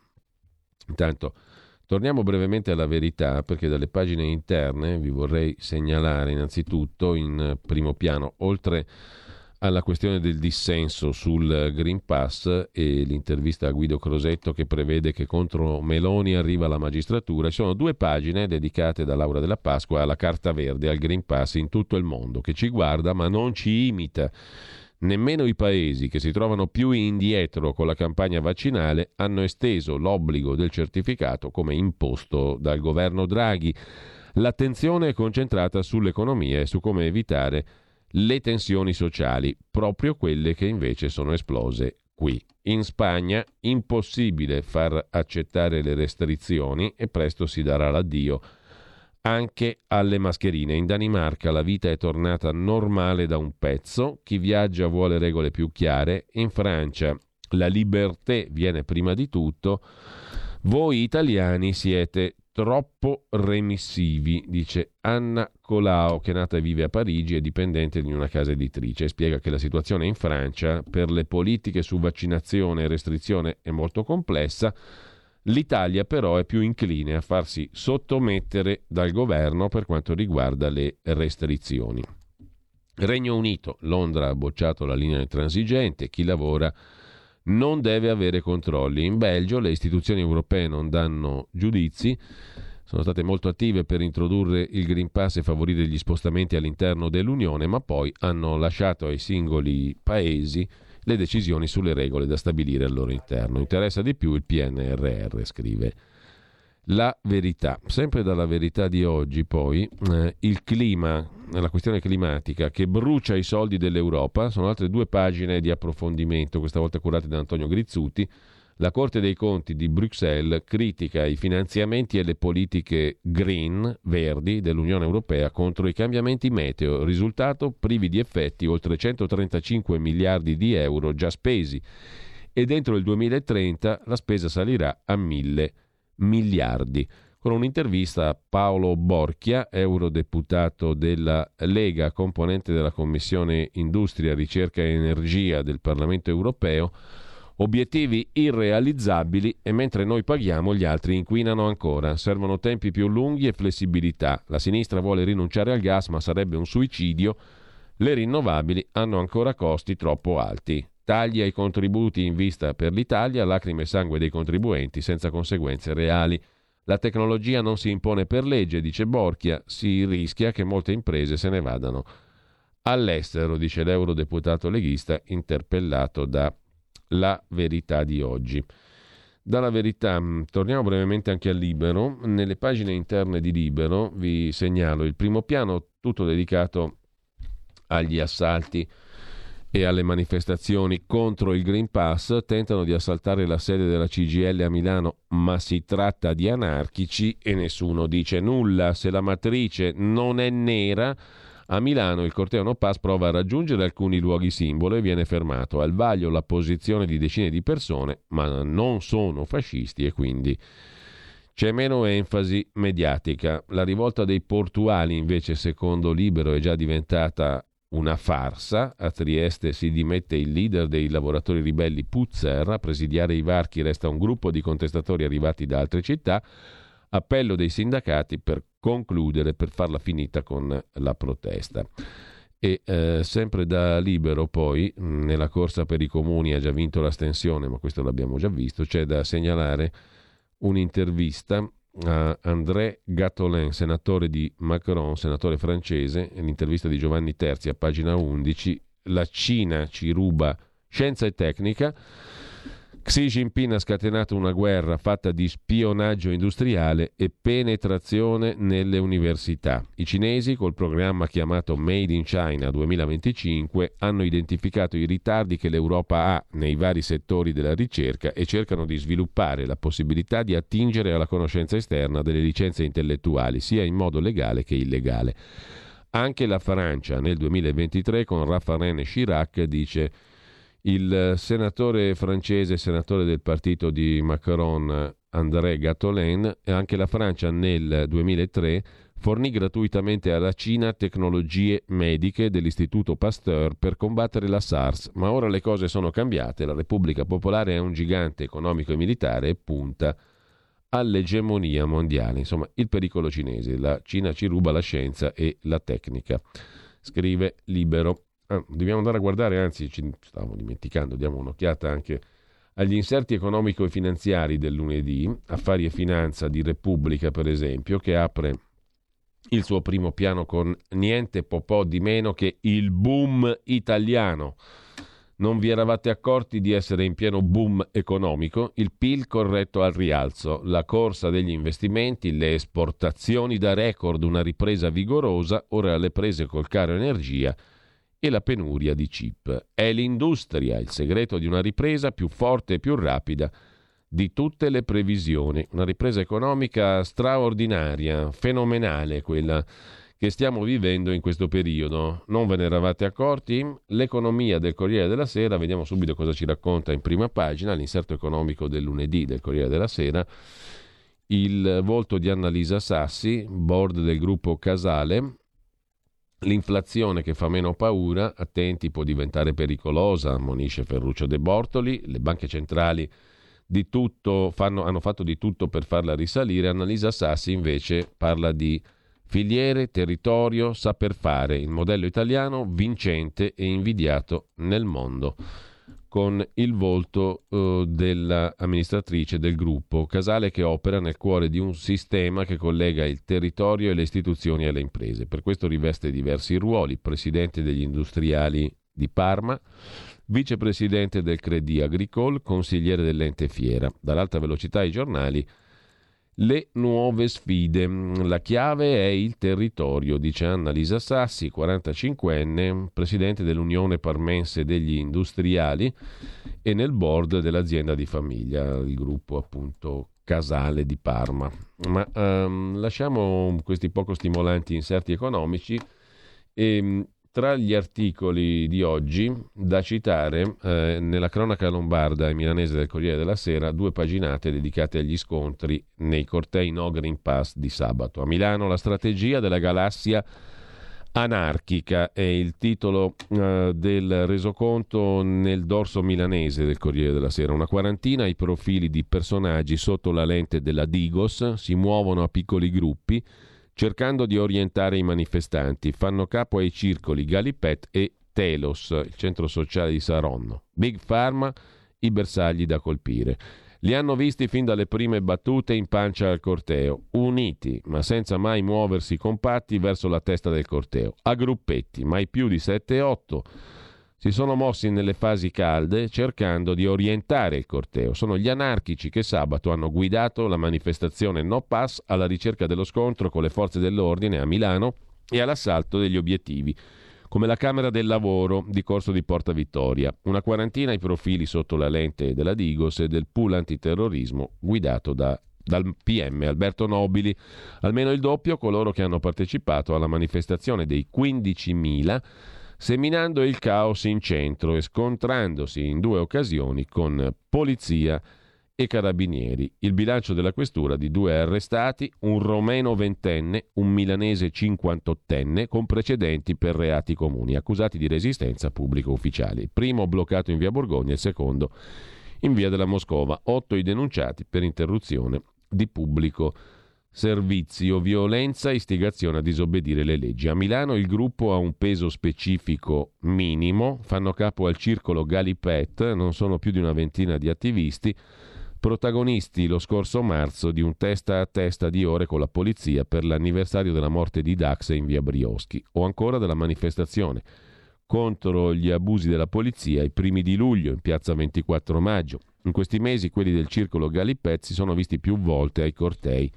Intanto torniamo brevemente alla Verità, perché dalle pagine interne vi vorrei segnalare innanzitutto in primo piano, oltre alla questione del dissenso sul Green Pass e l'intervista a Guido Crosetto che prevede che contro Meloni arriva la magistratura, ci sono 2 pagine dedicate da Laura Della Pasqua alla Carta Verde, al Green Pass in tutto il mondo, che ci guarda ma non ci imita. Nemmeno i paesi che si trovano più indietro con la campagna vaccinale hanno esteso l'obbligo del certificato come imposto dal governo Draghi. L'attenzione è concentrata sull'economia e su come evitare le tensioni sociali, proprio quelle che invece sono esplose qui. In Spagna impossibile far accettare le restrizioni e presto si darà l'addio anche alle mascherine. In Danimarca la vita è tornata normale da un pezzo, chi viaggia vuole regole più chiare. In Francia la liberté viene prima di tutto. Voi italiani siete troppo remissivi, dice Anna Colau, che è nata e vive a Parigi, è dipendente di una casa editrice. Spiega che la situazione in Francia per le politiche su vaccinazione e restrizione è molto complessa. L'Italia però è più incline a farsi sottomettere dal governo per quanto riguarda le restrizioni. Regno Unito, Londra ha bocciato la linea intransigente, chi lavora non deve avere controlli. In Belgio le istituzioni europee non danno giudizi, sono state molto attive per introdurre il Green Pass e favorire gli spostamenti all'interno dell'Unione, ma poi hanno lasciato ai singoli paesi le decisioni sulle regole da stabilire al loro interno. Interessa di più il PNRR, scrive La Verità. Sempre dalla Verità di oggi poi, il clima, la questione climatica che brucia i soldi dell'Europa, sono altre 2 pagine di approfondimento, questa volta curate da Antonio Grizzuti. La Corte dei Conti di Bruxelles critica i finanziamenti e le politiche green, verdi, dell'Unione Europea contro i cambiamenti meteo. Risultato, privi di effetti, oltre 135 miliardi di euro già spesi. E dentro il 2030 la spesa salirà a 1.000 miliardi. Con un'intervista a Paolo Borchia, eurodeputato della Lega, componente della Commissione Industria, Ricerca e Energia del Parlamento Europeo. Obiettivi irrealizzabili e mentre noi paghiamo gli altri inquinano ancora. Servono tempi più lunghi e flessibilità. La sinistra vuole rinunciare al gas, ma sarebbe un suicidio. Le rinnovabili hanno ancora costi troppo alti. Tagli ai contributi in vista per l'Italia, lacrime e sangue dei contribuenti senza conseguenze reali. La tecnologia non si impone per legge, dice Borchia, si rischia che molte imprese se ne vadano all'estero, dice l'eurodeputato leghista interpellato da La Verità di oggi. Dalla Verità torniamo brevemente anche a Libero. Nelle pagine interne di Libero vi segnalo il primo piano, tutto dedicato agli assalti e alle manifestazioni contro il Green Pass. Tentano di assaltare la sede della CGIL a Milano, ma si tratta di anarchici e nessuno dice nulla. Se la matrice non è nera, a Milano il corteo No Pass prova a raggiungere alcuni luoghi simbolo e viene fermato. Al vaglio la posizione di decine di persone, ma non sono fascisti e quindi c'è meno enfasi mediatica. La rivolta dei portuali invece, secondo Libero, è già diventata una farsa. A Trieste si dimette il leader dei lavoratori ribelli Puzzer, a presidiare i varchi resta un gruppo di contestatori arrivati da altre città. Appello dei sindacati per concludere, per farla finita con la protesta. E sempre da Libero poi, nella corsa per i comuni ha già vinto l'astensione, ma questo l'abbiamo già visto, c'è da segnalare un'intervista a André Gatolin, senatore di Macron, senatore francese, l'intervista di Giovanni Terzi a pagina 11, la Cina ci ruba scienza e tecnica. Xi Jinping ha scatenato una guerra fatta di spionaggio industriale e penetrazione nelle università. I cinesi, col programma chiamato Made in China 2025, hanno identificato i ritardi che l'Europa ha nei vari settori della ricerca e cercano di sviluppare la possibilità di attingere alla conoscenza esterna delle licenze intellettuali, sia in modo legale che illegale. Anche la Francia nel 2023 con Raffarin Chirac, dice il senatore francese, senatore del partito di Macron, André Gattolin, e anche la Francia nel 2003 fornì gratuitamente alla Cina tecnologie mediche dell'Istituto Pasteur per combattere la SARS, ma ora le cose sono cambiate, la Repubblica Popolare è un gigante economico e militare e punta all'egemonia mondiale. Insomma, il pericolo cinese, la Cina ci ruba la scienza e la tecnica, scrive Libero. Dobbiamo andare a guardare, anzi ci stavo dimenticando, diamo un'occhiata anche agli inserti economico e finanziari del lunedì. Affari e Finanza di Repubblica, per esempio, che apre il suo primo piano con niente po' di meno che il boom italiano. Non vi eravate accorti di essere in pieno boom economico? Il PIL corretto al rialzo, la corsa degli investimenti, le esportazioni da record, una ripresa vigorosa, ora le prese col caro energia e la penuria di chip. È l'industria il segreto di una ripresa più forte e più rapida di tutte le previsioni. Una ripresa economica straordinaria, fenomenale, quella che stiamo vivendo in questo periodo. Non ve ne eravate accorti? L'economia del Corriere della Sera, vediamo subito cosa ci racconta in prima pagina, l'inserto economico del lunedì del Corriere della Sera, il volto di Annalisa Sassi, board del gruppo Casale. L'inflazione che fa meno paura, attenti, può diventare pericolosa, ammonisce Ferruccio De Bortoli. Le banche centrali hanno fatto di tutto per farla risalire. Annalisa Sassi invece parla di filiere, territorio, saper fare, il modello italiano vincente e invidiato nel mondo, con il volto dell'amministratrice del gruppo Casale, che opera nel cuore di un sistema che collega il territorio e le istituzioni alle imprese. Per questo riveste diversi ruoli: presidente degli industriali di Parma, vicepresidente del Crédit Agricole, consigliere dell'ente Fiera. Dall'alta velocità ai giornali, le nuove sfide. La chiave è il territorio, dice Annalisa Sassi, 45enne, presidente dell'Unione Parmense degli Industriali e nel board dell'azienda di famiglia, il gruppo appunto Casale di Parma. Ma lasciamo questi poco stimolanti inserti economici e tra gli articoli di oggi da citare nella cronaca lombarda e milanese del Corriere della Sera 2 paginate dedicate agli scontri nei cortei No Green Pass di sabato. A Milano la strategia della galassia anarchica è il titolo del resoconto nel dorso milanese del Corriere della Sera. Una quarantina i profili di personaggi sotto la lente della Digos si muovono a piccoli gruppi cercando di orientare i manifestanti. Fanno capo ai circoli Galipet e Telos, il centro sociale di Saronno. Big Pharma, i bersagli da colpire. Li hanno visti fin dalle prime battute in pancia al corteo, uniti ma senza mai muoversi compatti verso la testa del corteo, a gruppetti, mai più di 7-8. Si sono mossi nelle fasi calde cercando di orientare il corteo. Sono gli anarchici che sabato hanno guidato la manifestazione No Pass alla ricerca dello scontro con le forze dell'ordine a Milano e all'assalto degli obiettivi, come la Camera del Lavoro di Corso di Porta Vittoria. Una quarantina i profili sotto la lente della Digos e del pool antiterrorismo guidato dal PM Alberto Nobili. Almeno il doppio coloro che hanno partecipato alla manifestazione dei 15.000, seminando il caos in centro e scontrandosi in 2 occasioni con polizia e carabinieri. Il bilancio della questura di 2 arrestati, un romeno 20enne, un milanese 58enne con precedenti per reati comuni, accusati di resistenza pubblico ufficiale. Il primo bloccato in via Borgogna, il secondo in via della Moscova. 8 i denunciati per interruzione di pubblico servizio, violenza, istigazione a disobbedire le leggi. A Milano il gruppo ha un peso specifico minimo, fanno capo al circolo Galipet, non sono più di una ventina di attivisti, protagonisti lo scorso marzo di un testa a testa di ore con la polizia per l'anniversario della morte di Dax in via Brioschi, o ancora della manifestazione contro gli abusi della polizia i primi di luglio in piazza 24 maggio. In questi mesi quelli del circolo Gallipet si sono visti più volte ai cortei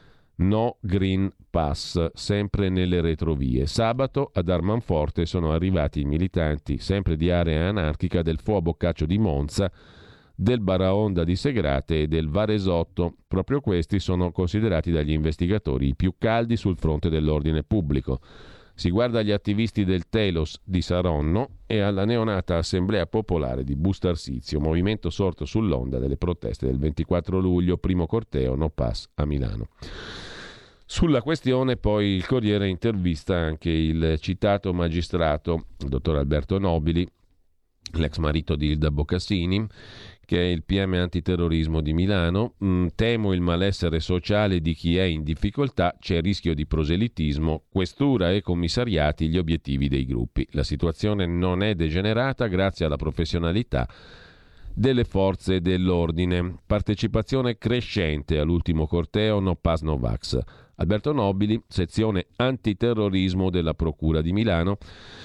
No Green Pass, sempre nelle retrovie. Sabato ad Armanforte sono arrivati i militanti, sempre di area anarchica, del Fo Boccaccio di Monza, del Baraonda di Segrate e del Varesotto. Proprio questi sono considerati dagli investigatori i più caldi sul fronte dell'ordine pubblico. Si guarda agli attivisti del Telos di Saronno e alla neonata Assemblea Popolare di Bustarsizio, movimento sorto sull'onda delle proteste del 24 luglio, primo corteo No Pass a Milano. Sulla questione poi il Corriere intervista anche il citato magistrato, il dottor Alberto Nobili, l'ex marito di Ilda Boccassini, che è il PM antiterrorismo di Milano. Temo il malessere sociale di chi è in difficoltà, c'è rischio di proselitismo, questura e commissariati gli obiettivi dei gruppi. La situazione non è degenerata grazie alla professionalità delle forze dell'ordine. Partecipazione crescente all'ultimo corteo No Pass No Vax. Alberto Nobili, sezione antiterrorismo della Procura di Milano,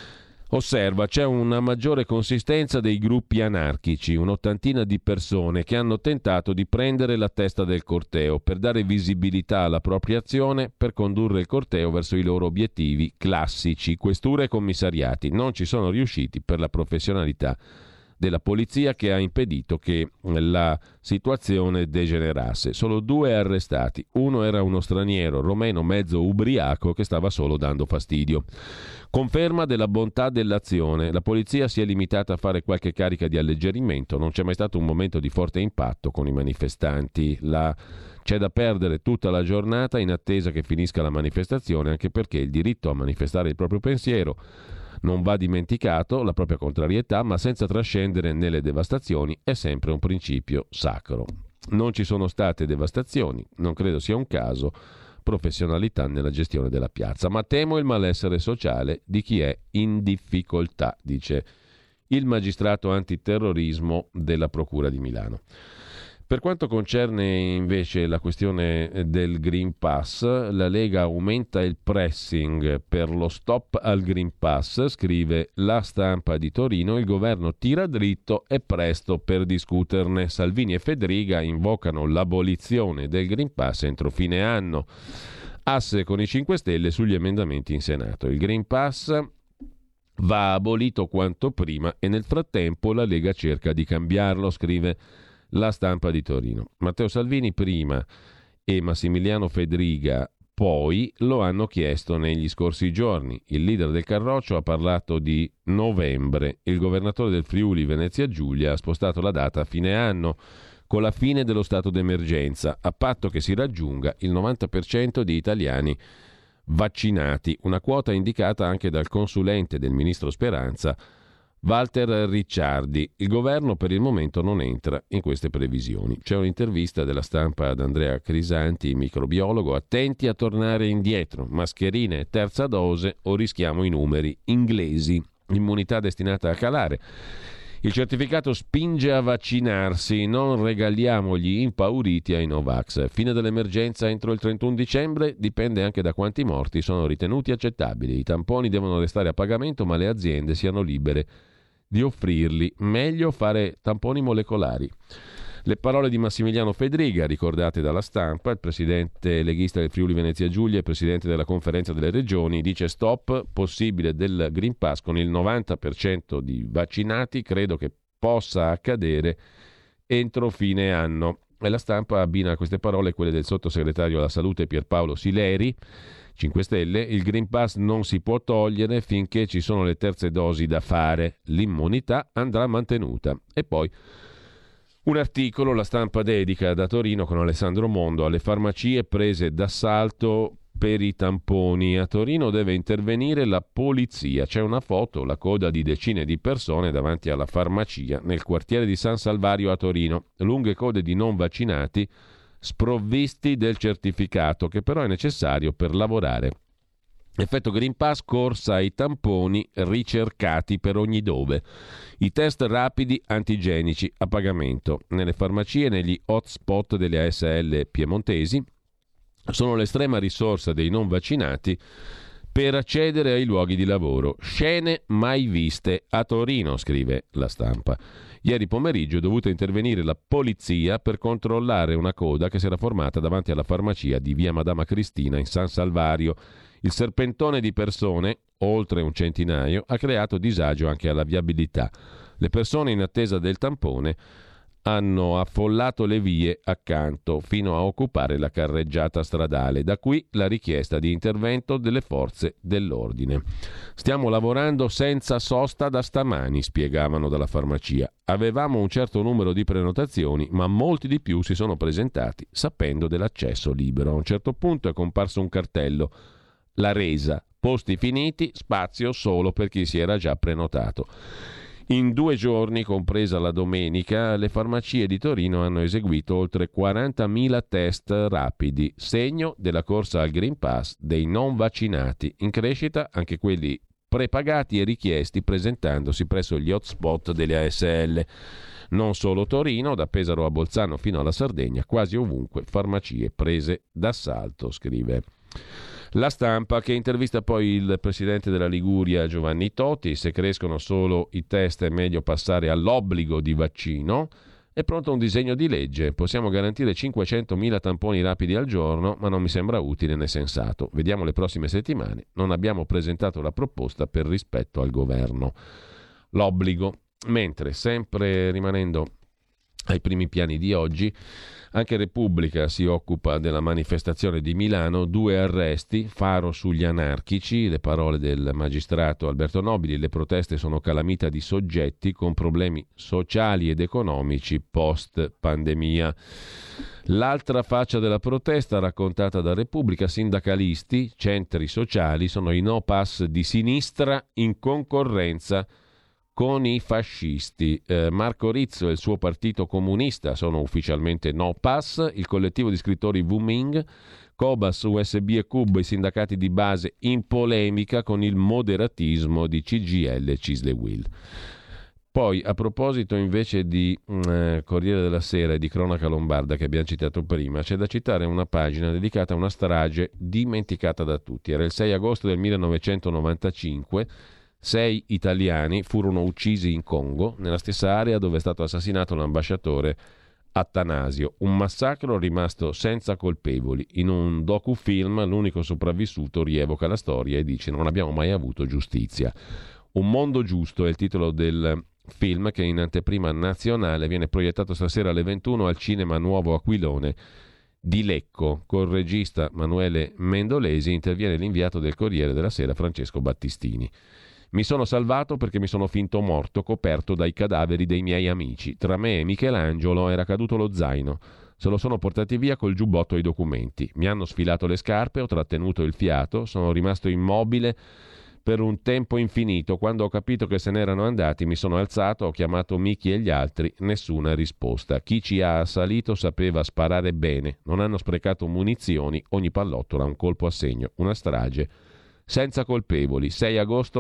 osserva c'è una maggiore consistenza dei gruppi anarchici, un'ottantina di persone che hanno tentato di prendere la testa del corteo per dare visibilità alla propria azione, per condurre il corteo verso i loro obiettivi classici, questure e commissariati. Non ci sono riusciti per la professionalità della polizia che ha impedito che la situazione degenerasse. Solo 2 arrestati. Uno era uno straniero romeno mezzo ubriaco che stava solo dando fastidio. Conferma della bontà dell'azione. La polizia si è limitata a fare qualche carica di alleggerimento. Non c'è mai stato un momento di forte impatto con i manifestanti. C'è da perdere tutta la giornata in attesa che finisca la manifestazione, anche perché il diritto a manifestare il proprio pensiero non va dimenticato, la propria contrarietà, ma senza trascendere nelle devastazioni, è sempre un principio sacro. Non ci sono state devastazioni, non credo sia un caso, professionalità nella gestione della piazza, ma temo il malessere sociale di chi è in difficoltà, dice il magistrato antiterrorismo della Procura di Milano. Per quanto concerne invece la questione del Green Pass, la Lega aumenta il pressing per lo stop al Green Pass, scrive La Stampa di Torino, il governo tira dritto e presto per discuterne. Salvini e Fedriga invocano l'abolizione del Green Pass entro fine anno. Asse con i 5 Stelle sugli emendamenti in Senato. Il Green Pass va abolito quanto prima e nel frattempo la Lega cerca di cambiarlo, scrive La Stampa di Torino. Matteo Salvini prima e Massimiliano Fedriga poi lo hanno chiesto negli scorsi giorni. Il leader del Carroccio ha parlato di novembre. Il governatore del Friuli Venezia Giulia ha spostato la data a fine anno, con la fine dello stato d'emergenza, a patto che si raggiunga il 90% di italiani vaccinati, una quota indicata anche dal consulente del ministro Speranza, Walter Ricciardi. Il governo per il momento non entra in queste previsioni. C'è un'intervista della Stampa ad Andrea Crisanti, microbiologo. Attenti a tornare indietro, mascherine e terza dose o rischiamo i numeri inglesi. Immunità destinata a calare. Il certificato spinge a vaccinarsi, non regaliamo gli impauriti ai Novax. Fine dell'emergenza entro il 31 dicembre, dipende anche da quanti morti sono ritenuti accettabili. I tamponi devono restare a pagamento, ma le aziende siano libere di offrirli. Meglio fare tamponi molecolari. Le parole di Massimiliano Fedriga, ricordate dalla Stampa, il presidente leghista del Friuli Venezia Giulia e presidente della Conferenza delle Regioni, dice stop possibile del Green Pass con il 90% di vaccinati, credo che possa accadere entro fine anno. E la Stampa abbina a queste parole quelle del sottosegretario alla salute Pierpaolo Sileri, 5 Stelle, il Green Pass non si può togliere finché ci sono le terze dosi da fare, l'immunità andrà mantenuta. E poi un articolo, La Stampa dedica da Torino con Alessandro Mondo alle farmacie prese d'assalto per i tamponi. A Torino deve intervenire la polizia. C'è una foto, la coda di decine di persone davanti alla farmacia nel quartiere di San Salvario a Torino. Lunghe code di non vaccinati sprovvisti del certificato che però è necessario per lavorare. Effetto Green Pass, corsa ai tamponi ricercati per ogni dove. I test rapidi antigenici a pagamento. Nelle farmacie e negli hotspot delle ASL piemontesi sono l'estrema risorsa dei non vaccinati per accedere ai luoghi di lavoro. Scene mai viste a Torino, scrive La Stampa. Ieri pomeriggio è dovuta intervenire la polizia per controllare una coda che si era formata davanti alla farmacia di via Madama Cristina in San Salvario. Il serpentone di persone, oltre un centinaio, ha creato disagio anche alla viabilità. Le persone in attesa del tampone hanno affollato le vie accanto fino a occupare la carreggiata stradale. Da qui la richiesta di intervento delle forze dell'ordine. Stiamo lavorando senza sosta da stamani, spiegavano dalla farmacia. Avevamo un certo numero di prenotazioni, ma molti di più si sono presentati sapendo dell'accesso libero. A un certo punto è comparso un cartello: la resa, posti finiti, spazio solo per chi si era già prenotato. In 2 giorni, compresa la domenica, le farmacie di Torino hanno eseguito oltre 40.000 test rapidi, segno della corsa al Green Pass dei non vaccinati. In crescita anche quelli prepagati e richiesti presentandosi presso gli hotspot delle ASL. Non solo Torino, da Pesaro a Bolzano fino alla Sardegna, quasi ovunque farmacie prese d'assalto, scrive La Stampa, che intervista poi il presidente della Liguria Giovanni Toti. Se crescono solo i test è meglio passare all'obbligo di vaccino. È pronto un disegno di legge. Possiamo garantire 500.000 tamponi rapidi al giorno, ma non mi sembra utile né sensato. Vediamo le prossime settimane. Non abbiamo presentato la proposta per rispetto al governo. L'obbligo. Mentre, sempre rimanendo ai primi piani di oggi, anche Repubblica si occupa della manifestazione di Milano, 2 arresti, faro sugli anarchici, le parole del magistrato Alberto Nobili: le proteste sono calamita di soggetti con problemi sociali ed economici post pandemia. L'altra faccia della protesta raccontata da Repubblica: sindacalisti, centri sociali, sono i no pass di sinistra in concorrenza con i fascisti. Marco Rizzo e il suo partito comunista sono ufficialmente no pass. Il collettivo di scrittori Wuming, Cobas, USB e Cub, i sindacati di base in polemica con il moderatismo di CGIL e Cisle-Will. Poi, a proposito invece di Corriere della Sera e di Cronaca Lombarda che abbiamo citato prima, c'è da citare una pagina dedicata a una strage dimenticata da tutti. Era il 6 agosto del 1995. 6 italiani furono uccisi in Congo, nella stessa area dove è stato assassinato l'ambasciatore Attanasio. Un massacro rimasto senza colpevoli. In un docufilm l'unico sopravvissuto rievoca la storia e dice: non abbiamo mai avuto giustizia. Un mondo giusto è il titolo del film, che in anteprima nazionale viene proiettato stasera alle 21 al Cinema Nuovo Aquilone di Lecco. Col regista Manuele Mendolesi interviene l'inviato del Corriere della Sera Francesco Battistini. Mi sono salvato perché mi sono finto morto coperto dai cadaveri dei miei amici. Tra me e Michelangelo era caduto lo zaino. Se lo sono portati via col giubbotto e i documenti. Mi hanno sfilato le scarpe, ho trattenuto il fiato, sono rimasto immobile per un tempo infinito. Quando ho capito che se n'erano andati mi sono alzato, ho chiamato Michi e gli altri, nessuna risposta. Chi ci ha assalito sapeva sparare bene, non hanno sprecato munizioni, ogni pallottola un colpo a segno, una strage senza colpevoli. 6 agosto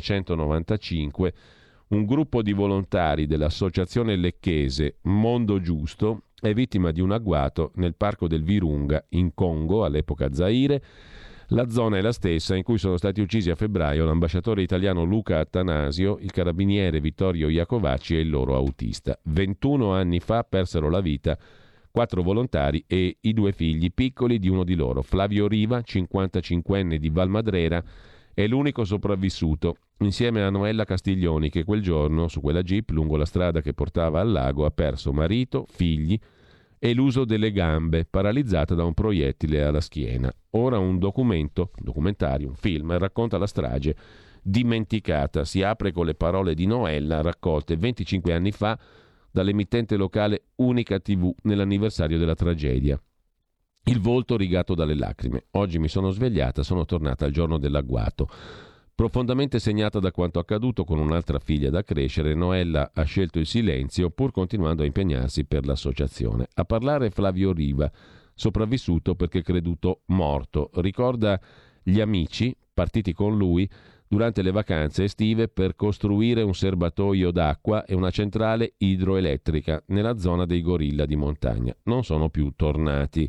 1995, un gruppo di volontari dell'associazione lecchese Mondo Giusto è vittima di un agguato nel parco del Virunga in Congo, all'epoca Zaire. La zona è la stessa in cui sono stati uccisi a febbraio l'ambasciatore italiano Luca Attanasio, il carabiniere Vittorio Iacovacci e il loro autista. 21 anni fa persero la vita 4 volontari e i 2 figli piccoli di uno di loro. Flavio Riva, 55enne di Valmadrera, è l'unico sopravvissuto, insieme a Noella Castiglioni, che quel giorno su quella jeep lungo la strada che portava al lago ha perso marito, figli e l'uso delle gambe, paralizzata da un proiettile alla schiena. Ora un documentario, un film, racconta la strage dimenticata. Si apre con le parole di Noella, raccolte 25 anni fa dall'emittente locale Unica TV nell'anniversario della tragedia. Il volto rigato dalle lacrime. Oggi mi sono svegliata, sono tornata al giorno dell'agguato. Profondamente segnata da quanto accaduto, con un'altra figlia da crescere, Noella ha scelto il silenzio pur continuando a impegnarsi per l'associazione. A parlare Flavio Riva, sopravvissuto perché creduto morto. Ricorda gli amici partiti con lui durante le vacanze estive per costruire un serbatoio d'acqua e una centrale idroelettrica nella zona dei gorilla di montagna. Non sono più tornati.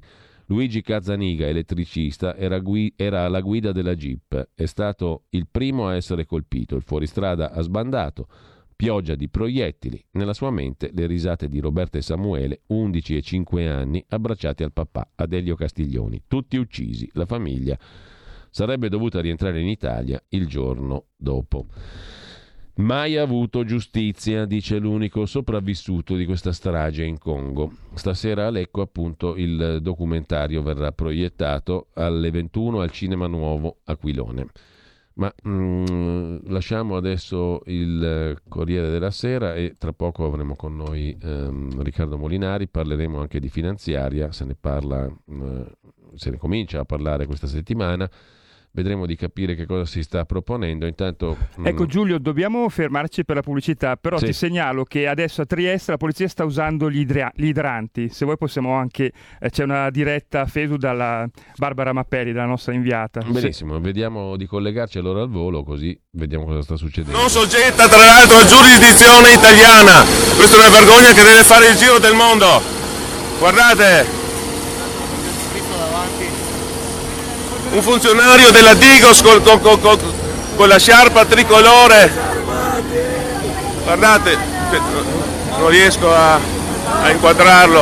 Luigi Cazzaniga, elettricista, era alla guida della Jeep. È stato il primo a essere colpito. Il fuoristrada ha sbandato. Pioggia di proiettili. Nella sua mente le risate di Roberta e Samuele, 11 e 5 anni, abbracciati al papà, Adelio Castiglioni. Tutti uccisi. La famiglia sarebbe dovuta rientrare in Italia il giorno dopo. Mai avuto giustizia, dice l'unico sopravvissuto di questa strage in Congo. Stasera a Lecco, appunto, il documentario verrà proiettato alle 21 al Cinema Nuovo Aquilone. Ma lasciamo adesso il Corriere della Sera e tra poco avremo con noi Riccardo Molinari, parleremo anche di finanziaria, se ne comincia a parlare questa settimana. Vedremo di capire che cosa si sta proponendo. Intanto, ecco Giulio, dobbiamo fermarci per la pubblicità, però sì. Ti segnalo che adesso a Trieste la polizia sta usando gli idranti. Se vuoi possiamo anche, c'è una diretta Facebook dalla Barbara Mappelli, dalla nostra inviata. Benissimo, vediamo di collegarci allora al volo, così vediamo cosa sta succedendo. Non soggetta tra l'altro a giurisdizione italiana. Questa è una vergogna che deve fare il giro del mondo. Guardate, un funzionario della Digos con la sciarpa tricolore. Guardate, non riesco a inquadrarlo.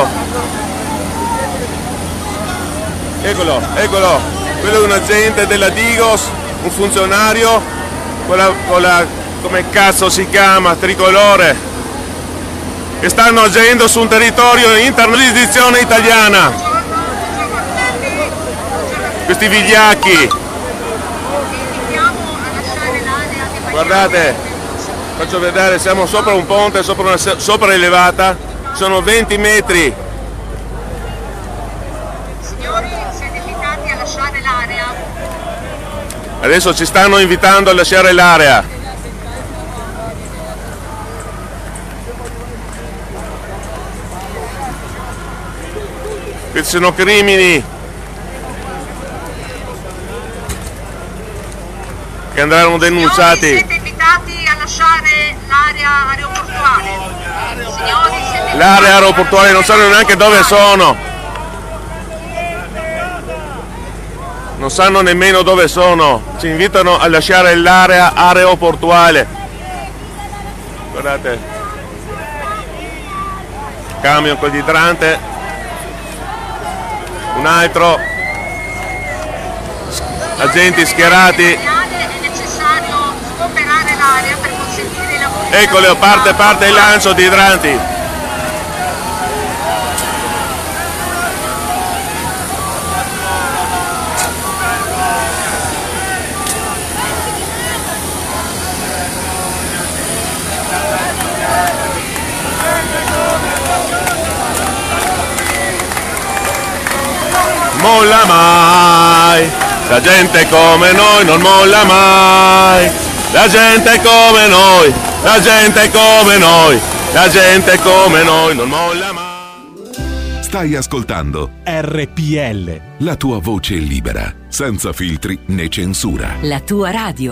Eccolo, quello è un agente della Digos, un funzionario con la come cazzo si chiama, tricolore, che stanno agendo su un territorio in giurisdizione italiana. Questi vigliacchi, guardate, faccio vedere, siamo sopra un ponte, sopra una sopraelevata, sono 20 metri. Signori, siete invitati a lasciare l'area. Adesso ci stanno invitando a lasciare l'area. Questi sono crimini che andranno denunciati. Signori, siete invitati a lasciare l'area aeroportuale. Signori, siete l'area aeroportuale, non sanno neanche dove sono. Non sanno nemmeno dove sono. Ci invitano a lasciare l'area aeroportuale. Guardate. Camion con l'idrante. Un altro. Agenti schierati. Eccolo, parte il lancio di idranti. Molla mai, la gente come noi non molla mai, la gente come noi. La gente come noi, la gente come noi non molla mai. Stai ascoltando RPL, la tua voce libera, senza filtri né censura. La tua radio.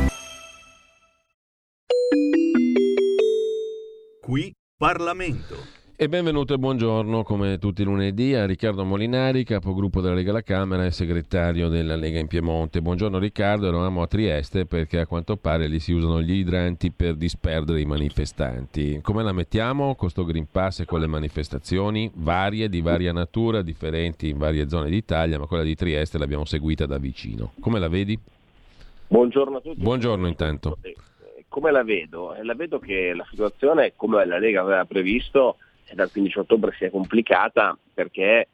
Qui Parlamento. E benvenuto e buongiorno, come tutti i lunedì, a Riccardo Molinari, capogruppo della Lega alla Camera e segretario della Lega in Piemonte. Buongiorno Riccardo, eravamo a Trieste perché a quanto pare lì si usano gli idranti per disperdere i manifestanti. Come la mettiamo con sto Green Pass e con le manifestazioni varie, di varia natura, differenti in varie zone d'Italia, ma quella di Trieste l'abbiamo seguita da vicino. Come la vedi? Buongiorno a tutti. Buongiorno intanto. Come la vedo? La vedo che la situazione, come la Lega aveva previsto, dal 15 ottobre si è complicata perché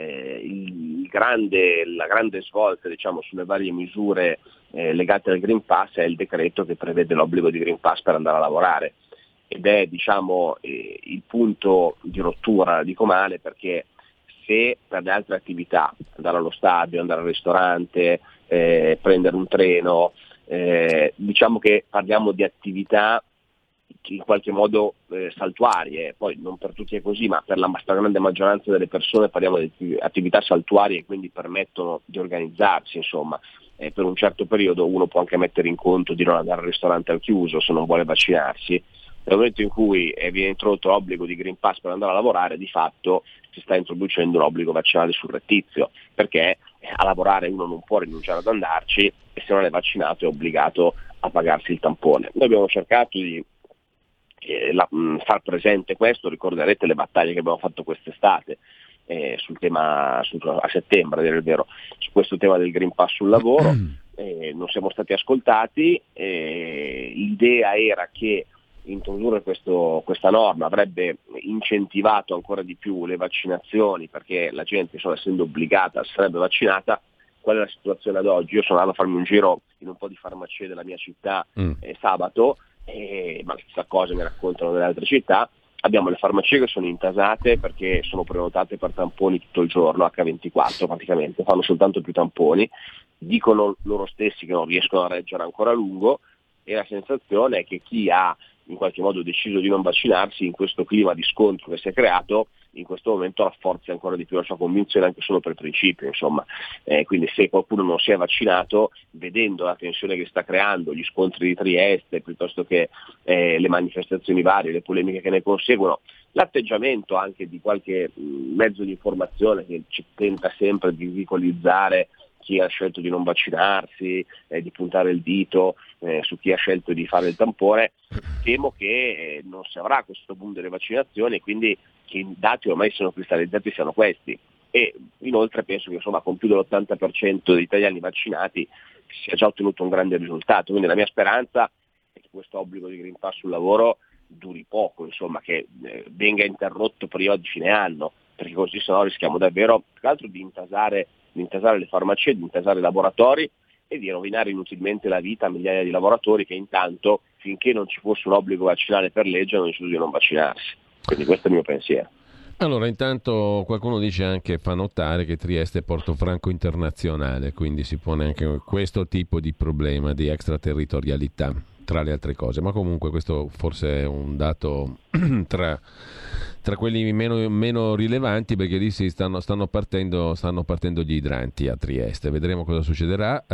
la grande svolta, diciamo, sulle varie misure legate al Green Pass è il decreto che prevede l'obbligo di Green Pass per andare a lavorare, ed è, diciamo, il punto di rottura, dico male, perché se per le altre attività, andare allo stadio, andare al ristorante, prendere un treno, diciamo che parliamo di attività in qualche modo saltuarie, poi non per tutti è così, ma per la stragrande maggioranza delle persone parliamo di attività saltuarie e quindi permettono di organizzarsi, insomma. Per un certo periodo uno può anche mettere in conto di non andare al ristorante al chiuso se non vuole vaccinarsi. Nel momento in cui viene introdotto l'obbligo di Green Pass per andare a lavorare, di fatto si sta introducendo un obbligo vaccinale surrettizio, perché a lavorare uno non può rinunciare ad andarci e se non è vaccinato è obbligato a pagarsi il tampone. Noi abbiamo cercato di far presente questo, ricorderete le battaglie che abbiamo fatto quest'estate sul tema, a settembre a dire il vero, su questo tema del Green Pass sul lavoro, non siamo stati ascoltati, l'idea era che introdurre questa norma avrebbe incentivato ancora di più le vaccinazioni, perché la gente, essendo obbligata, sarebbe vaccinata. Qual è la situazione ad oggi? Io sono andato a farmi un giro in un po' di farmacie della mia città sabato, ma la stessa cosa mi raccontano delle altre città. Abbiamo le farmacie che sono intasate perché sono prenotate per tamponi tutto il giorno, H24 praticamente, fanno soltanto più tamponi, dicono loro stessi che non riescono a reggere ancora a lungo, e la sensazione è che chi ha in qualche modo deciso di non vaccinarsi, in questo clima di scontro che si è creato, in questo momento rafforza ancora di più la sua convinzione, anche solo per principio, insomma. Quindi se qualcuno non si è vaccinato, vedendo la tensione che sta creando, gli scontri di Trieste, piuttosto che le manifestazioni varie, le polemiche che ne conseguono, l'atteggiamento anche di qualche mezzo di informazione che ci tenta sempre di ridicolizzare chi ha scelto di non vaccinarsi, di puntare il dito su chi ha scelto di fare il tampone, temo che non si avrà questo boom delle vaccinazioni, quindi che i dati ormai sono cristallizzati siano questi. E inoltre penso che con più dell'80% degli italiani vaccinati si sia già ottenuto un grande risultato, quindi la mia speranza è che questo obbligo di Green Pass sul lavoro duri poco, che venga interrotto prima di fine anno, perché così sennò rischiamo davvero, tra l'altro, di intasare le farmacie, di intasare i laboratori e di rovinare inutilmente la vita a migliaia di lavoratori che intanto, finché non ci fosse un obbligo vaccinale per legge, hanno deciso di non vaccinarsi. Quindi questo è il mio pensiero. Allora, intanto qualcuno dice anche, fa notare che Trieste è porto franco internazionale, quindi si pone anche questo tipo di problema di extraterritorialità, tra le altre cose. Ma comunque questo forse è un dato tra quelli meno rilevanti, perché lì stanno partendo gli idranti a Trieste. Vedremo cosa succederà.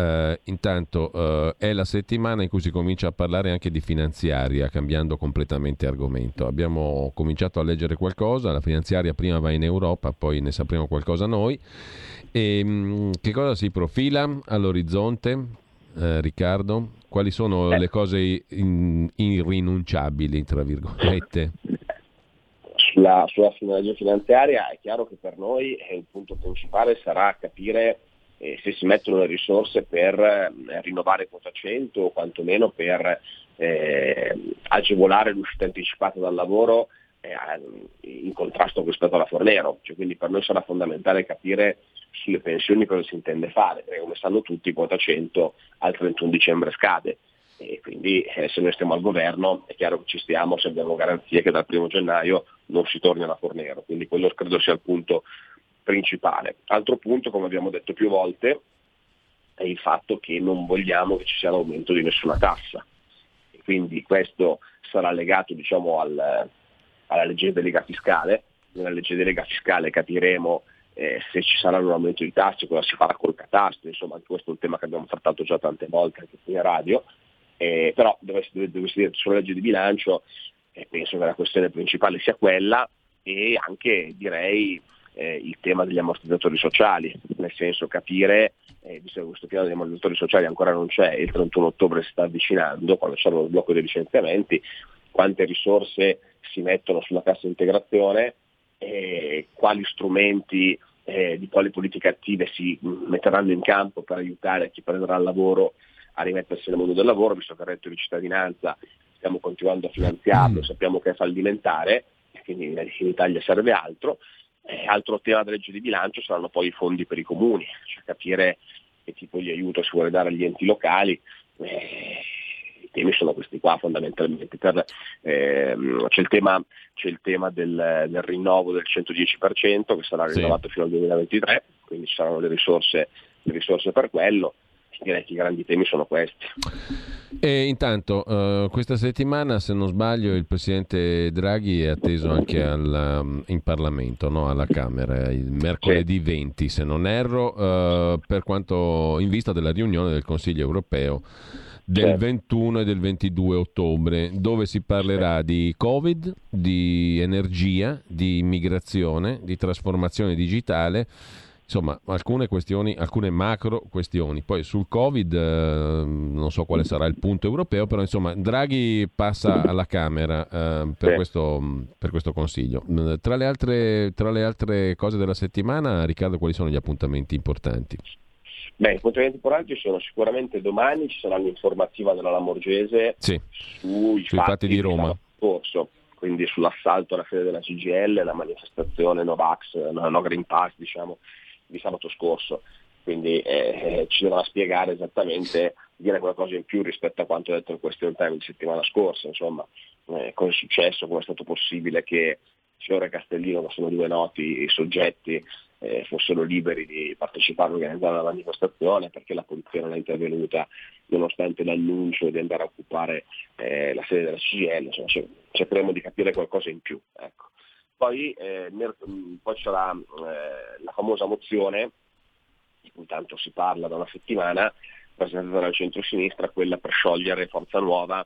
Intanto è la settimana in cui si comincia a parlare anche di finanziaria, cambiando completamente argomento. Abbiamo cominciato a leggere qualcosa, la finanziaria prima va in Europa, poi ne sapremo qualcosa noi. E che cosa si profila all'orizzonte, Riccardo? Quali sono le cose irrinunciabili, tra virgolette? Sulla legge finanziaria è chiaro che per noi il punto principale sarà capire se si mettono le risorse per rinnovare quota 100 o quantomeno per agevolare l'uscita anticipata dal lavoro in contrasto rispetto alla Fornero. Quindi per noi sarà fondamentale capire sulle pensioni cosa si intende fare, perché come sanno tutti quota 100 al 31 dicembre scade. E quindi se noi stiamo al governo è chiaro che ci stiamo se abbiamo garanzie che dal 1 gennaio non si torni alla Fornero, quindi quello credo sia il punto principale. Altro punto, come abbiamo detto più volte, è il fatto che non vogliamo che ci sia l'aumento di nessuna tassa, e quindi questo sarà legato alla legge delega fiscale. Nella legge delega fiscale capiremo se ci sarà un aumento di tasse, cosa si farà col catasto, insomma anche questo è un tema che abbiamo trattato già tante volte anche qui in radio. Però sulla legge di bilancio penso che la questione principale sia quella, e anche direi il tema degli ammortizzatori sociali, nel senso capire, visto che questo piano degli ammortizzatori sociali ancora non c'è, il 31 ottobre si sta avvicinando, quando c'è lo sblocco dei licenziamenti, quante risorse si mettono sulla cassa integrazione, quali strumenti di quali politiche attive si metteranno in campo per aiutare chi prenderà il lavoro a rimettersi nel mondo del lavoro, visto che il reddito di cittadinanza stiamo continuando a finanziarlo, sappiamo che è fallimentare, quindi in Italia serve altro. Altro tema della legge di bilancio saranno poi i fondi per i comuni, capire che tipo di aiuto si vuole dare agli enti locali. I temi sono questi qua fondamentalmente. C'è il tema del rinnovo del 110% che sarà rinnovato fino al 2023, quindi ci saranno le risorse per quello. Direi che i grandi temi sono questi. E intanto questa settimana, se non sbaglio, il presidente Draghi è atteso anche in Parlamento, no? Alla Camera, il mercoledì 20 se non erro, per quanto in vista della riunione del Consiglio europeo del 21 e del 22 ottobre, dove si parlerà di Covid, di energia, di immigrazione, di trasformazione digitale, insomma alcune questioni, alcune macro questioni. Poi sul Covid non so quale sarà il punto europeo, però insomma Draghi passa alla Camera per questo Consiglio. Tra le altre cose della settimana, Riccardo, quali sono gli appuntamenti importanti? Gli appuntamenti importanti sono sicuramente domani, ci sarà l'informativa della Lamorgese sui fatti di Roma scorso, quindi sull'assalto alla sede della CGIL, la manifestazione no Green Pass, diciamo, di sabato scorso. Quindi ci dovrà spiegare esattamente, dire qualcosa in più rispetto a quanto detto in question time di settimana scorsa, insomma, cosa è successo, come è stato possibile che Fiore e Castellino, che sono due noti soggetti, fossero liberi di partecipare a organizzare la manifestazione, perché la polizia non è intervenuta nonostante l'annuncio di andare a occupare la sede della CGIL. Insomma, cercheremo di capire qualcosa in più, ecco. Poi sarà la famosa mozione di cui tanto si parla da una settimana, presentata dal centro-sinistra, quella per sciogliere Forza Nuova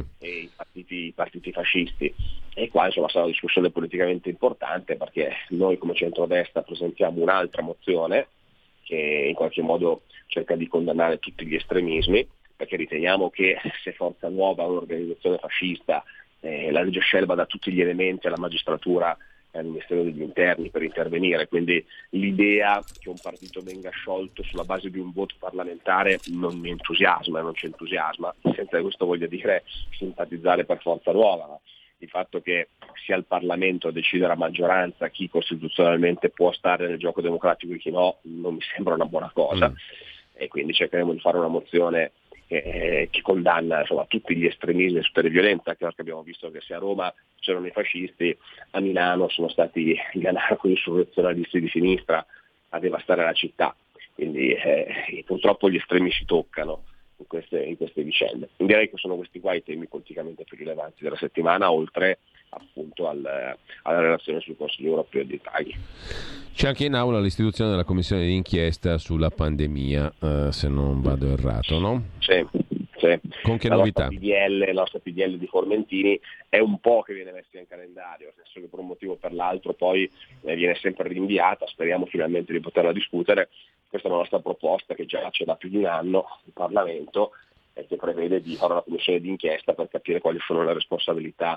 e i partiti fascisti. E qua insomma sarà una discussione politicamente importante, perché noi come centrodestra presentiamo un'altra mozione che in qualche modo cerca di condannare tutti gli estremismi, perché riteniamo che se Forza Nuova è un'organizzazione fascista, la legge scelba da tutti gli elementi alla magistratura e al Ministero degli Interni per intervenire, quindi l'idea che un partito venga sciolto sulla base di un voto parlamentare non mi entusiasma e non ci entusiasma, senza questo voglio dire simpatizzare per Forza Nuova. Il fatto che sia il Parlamento a decidere a maggioranza chi costituzionalmente può stare nel gioco democratico e chi no, non mi sembra una buona cosa, e quindi cercheremo di fare una mozione che condanna insomma tutti gli estremismi e tutte le violenze, anche perché abbiamo visto che se a Roma c'erano i fascisti, a Milano sono stati gli anarco-insurrezionalisti di sinistra a devastare la città, quindi purtroppo gli estremi si toccano in queste vicende. Direi che sono questi qua i temi politicamente più rilevanti della settimana, oltre appunto alla relazione sul Consiglio europeo di Draghi. C'è anche in aula l'istituzione della commissione di inchiesta sulla pandemia, se non vado errato, no? Sì. Con che novità? La nostra PDL di Formentini è un po' che viene messa in calendario, nel senso che per un motivo o per l'altro poi viene sempre rinviata, speriamo finalmente di poterla discutere. Questa è una nostra proposta che già c'è da più di un anno in Parlamento, e che prevede di fare una commissione di inchiesta per capire quali sono le responsabilità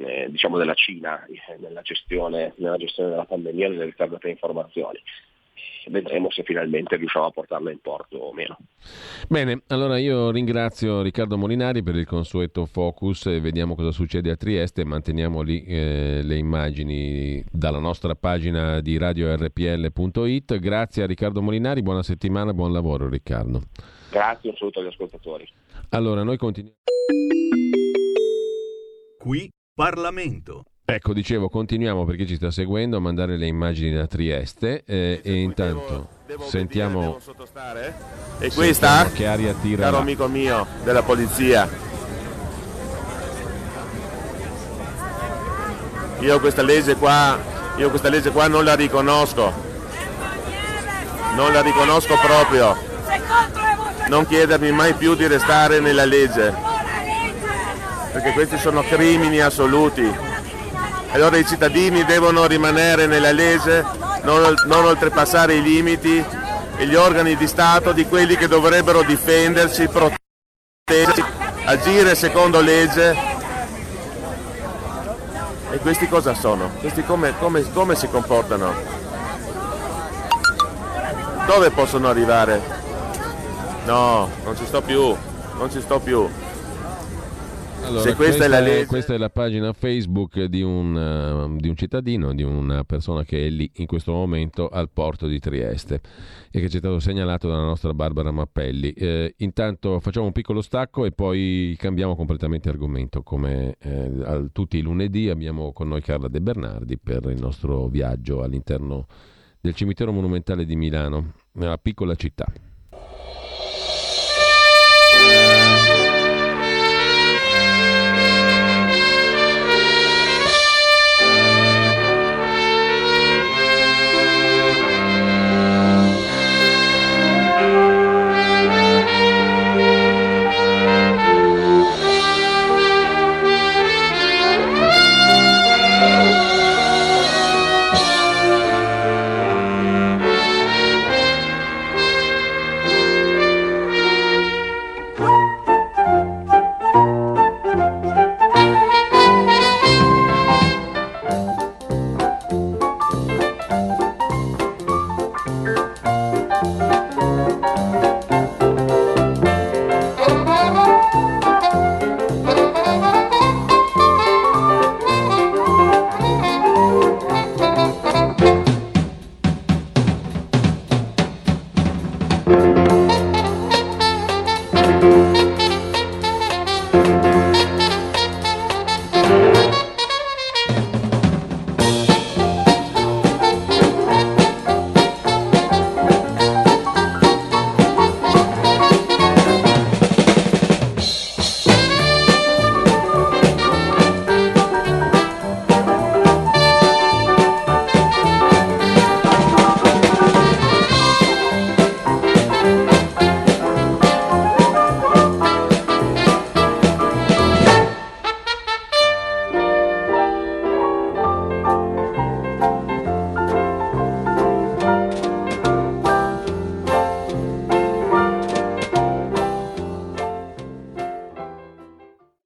della Cina nella gestione della pandemia e nelle ritardate informazioni. Vedremo se finalmente riusciamo a portarla in porto o meno. Bene, allora io ringrazio Riccardo Molinari per il consueto focus e vediamo cosa succede a Trieste. Manteniamo lì le immagini dalla nostra pagina di radiorpl.it. Grazie a Riccardo Molinari, buona settimana, buon lavoro Riccardo. Grazie, un saluto agli ascoltatori. Allora, noi continuiamo. Qui Parlamento. Ecco, dicevo, continuiamo, perché ci sta seguendo, a mandare le immagini da Trieste e intanto sentiamo e questa, che aria tira, caro amico mio della polizia. Io questa legge qua non la riconosco proprio. Non chiedermi mai più di restare nella legge, perché questi sono crimini assoluti. Allora i cittadini devono rimanere nella legge, non oltrepassare i limiti, e gli organi di Stato di quelli che dovrebbero difenderci, proteggerci, agire secondo legge. E questi cosa sono? Questi come si comportano? Dove possono arrivare? No, non ci sto più. Allora, se questa è la legge... Questa è la pagina Facebook di un cittadino, di una persona che è lì in questo momento al porto di Trieste e che ci è stato segnalato dalla nostra Barbara Mappelli. Intanto facciamo un piccolo stacco e poi cambiamo completamente argomento. Come tutti i lunedì abbiamo con noi Carla De Bernardi per il nostro viaggio all'interno del cimitero monumentale di Milano, nella piccola città.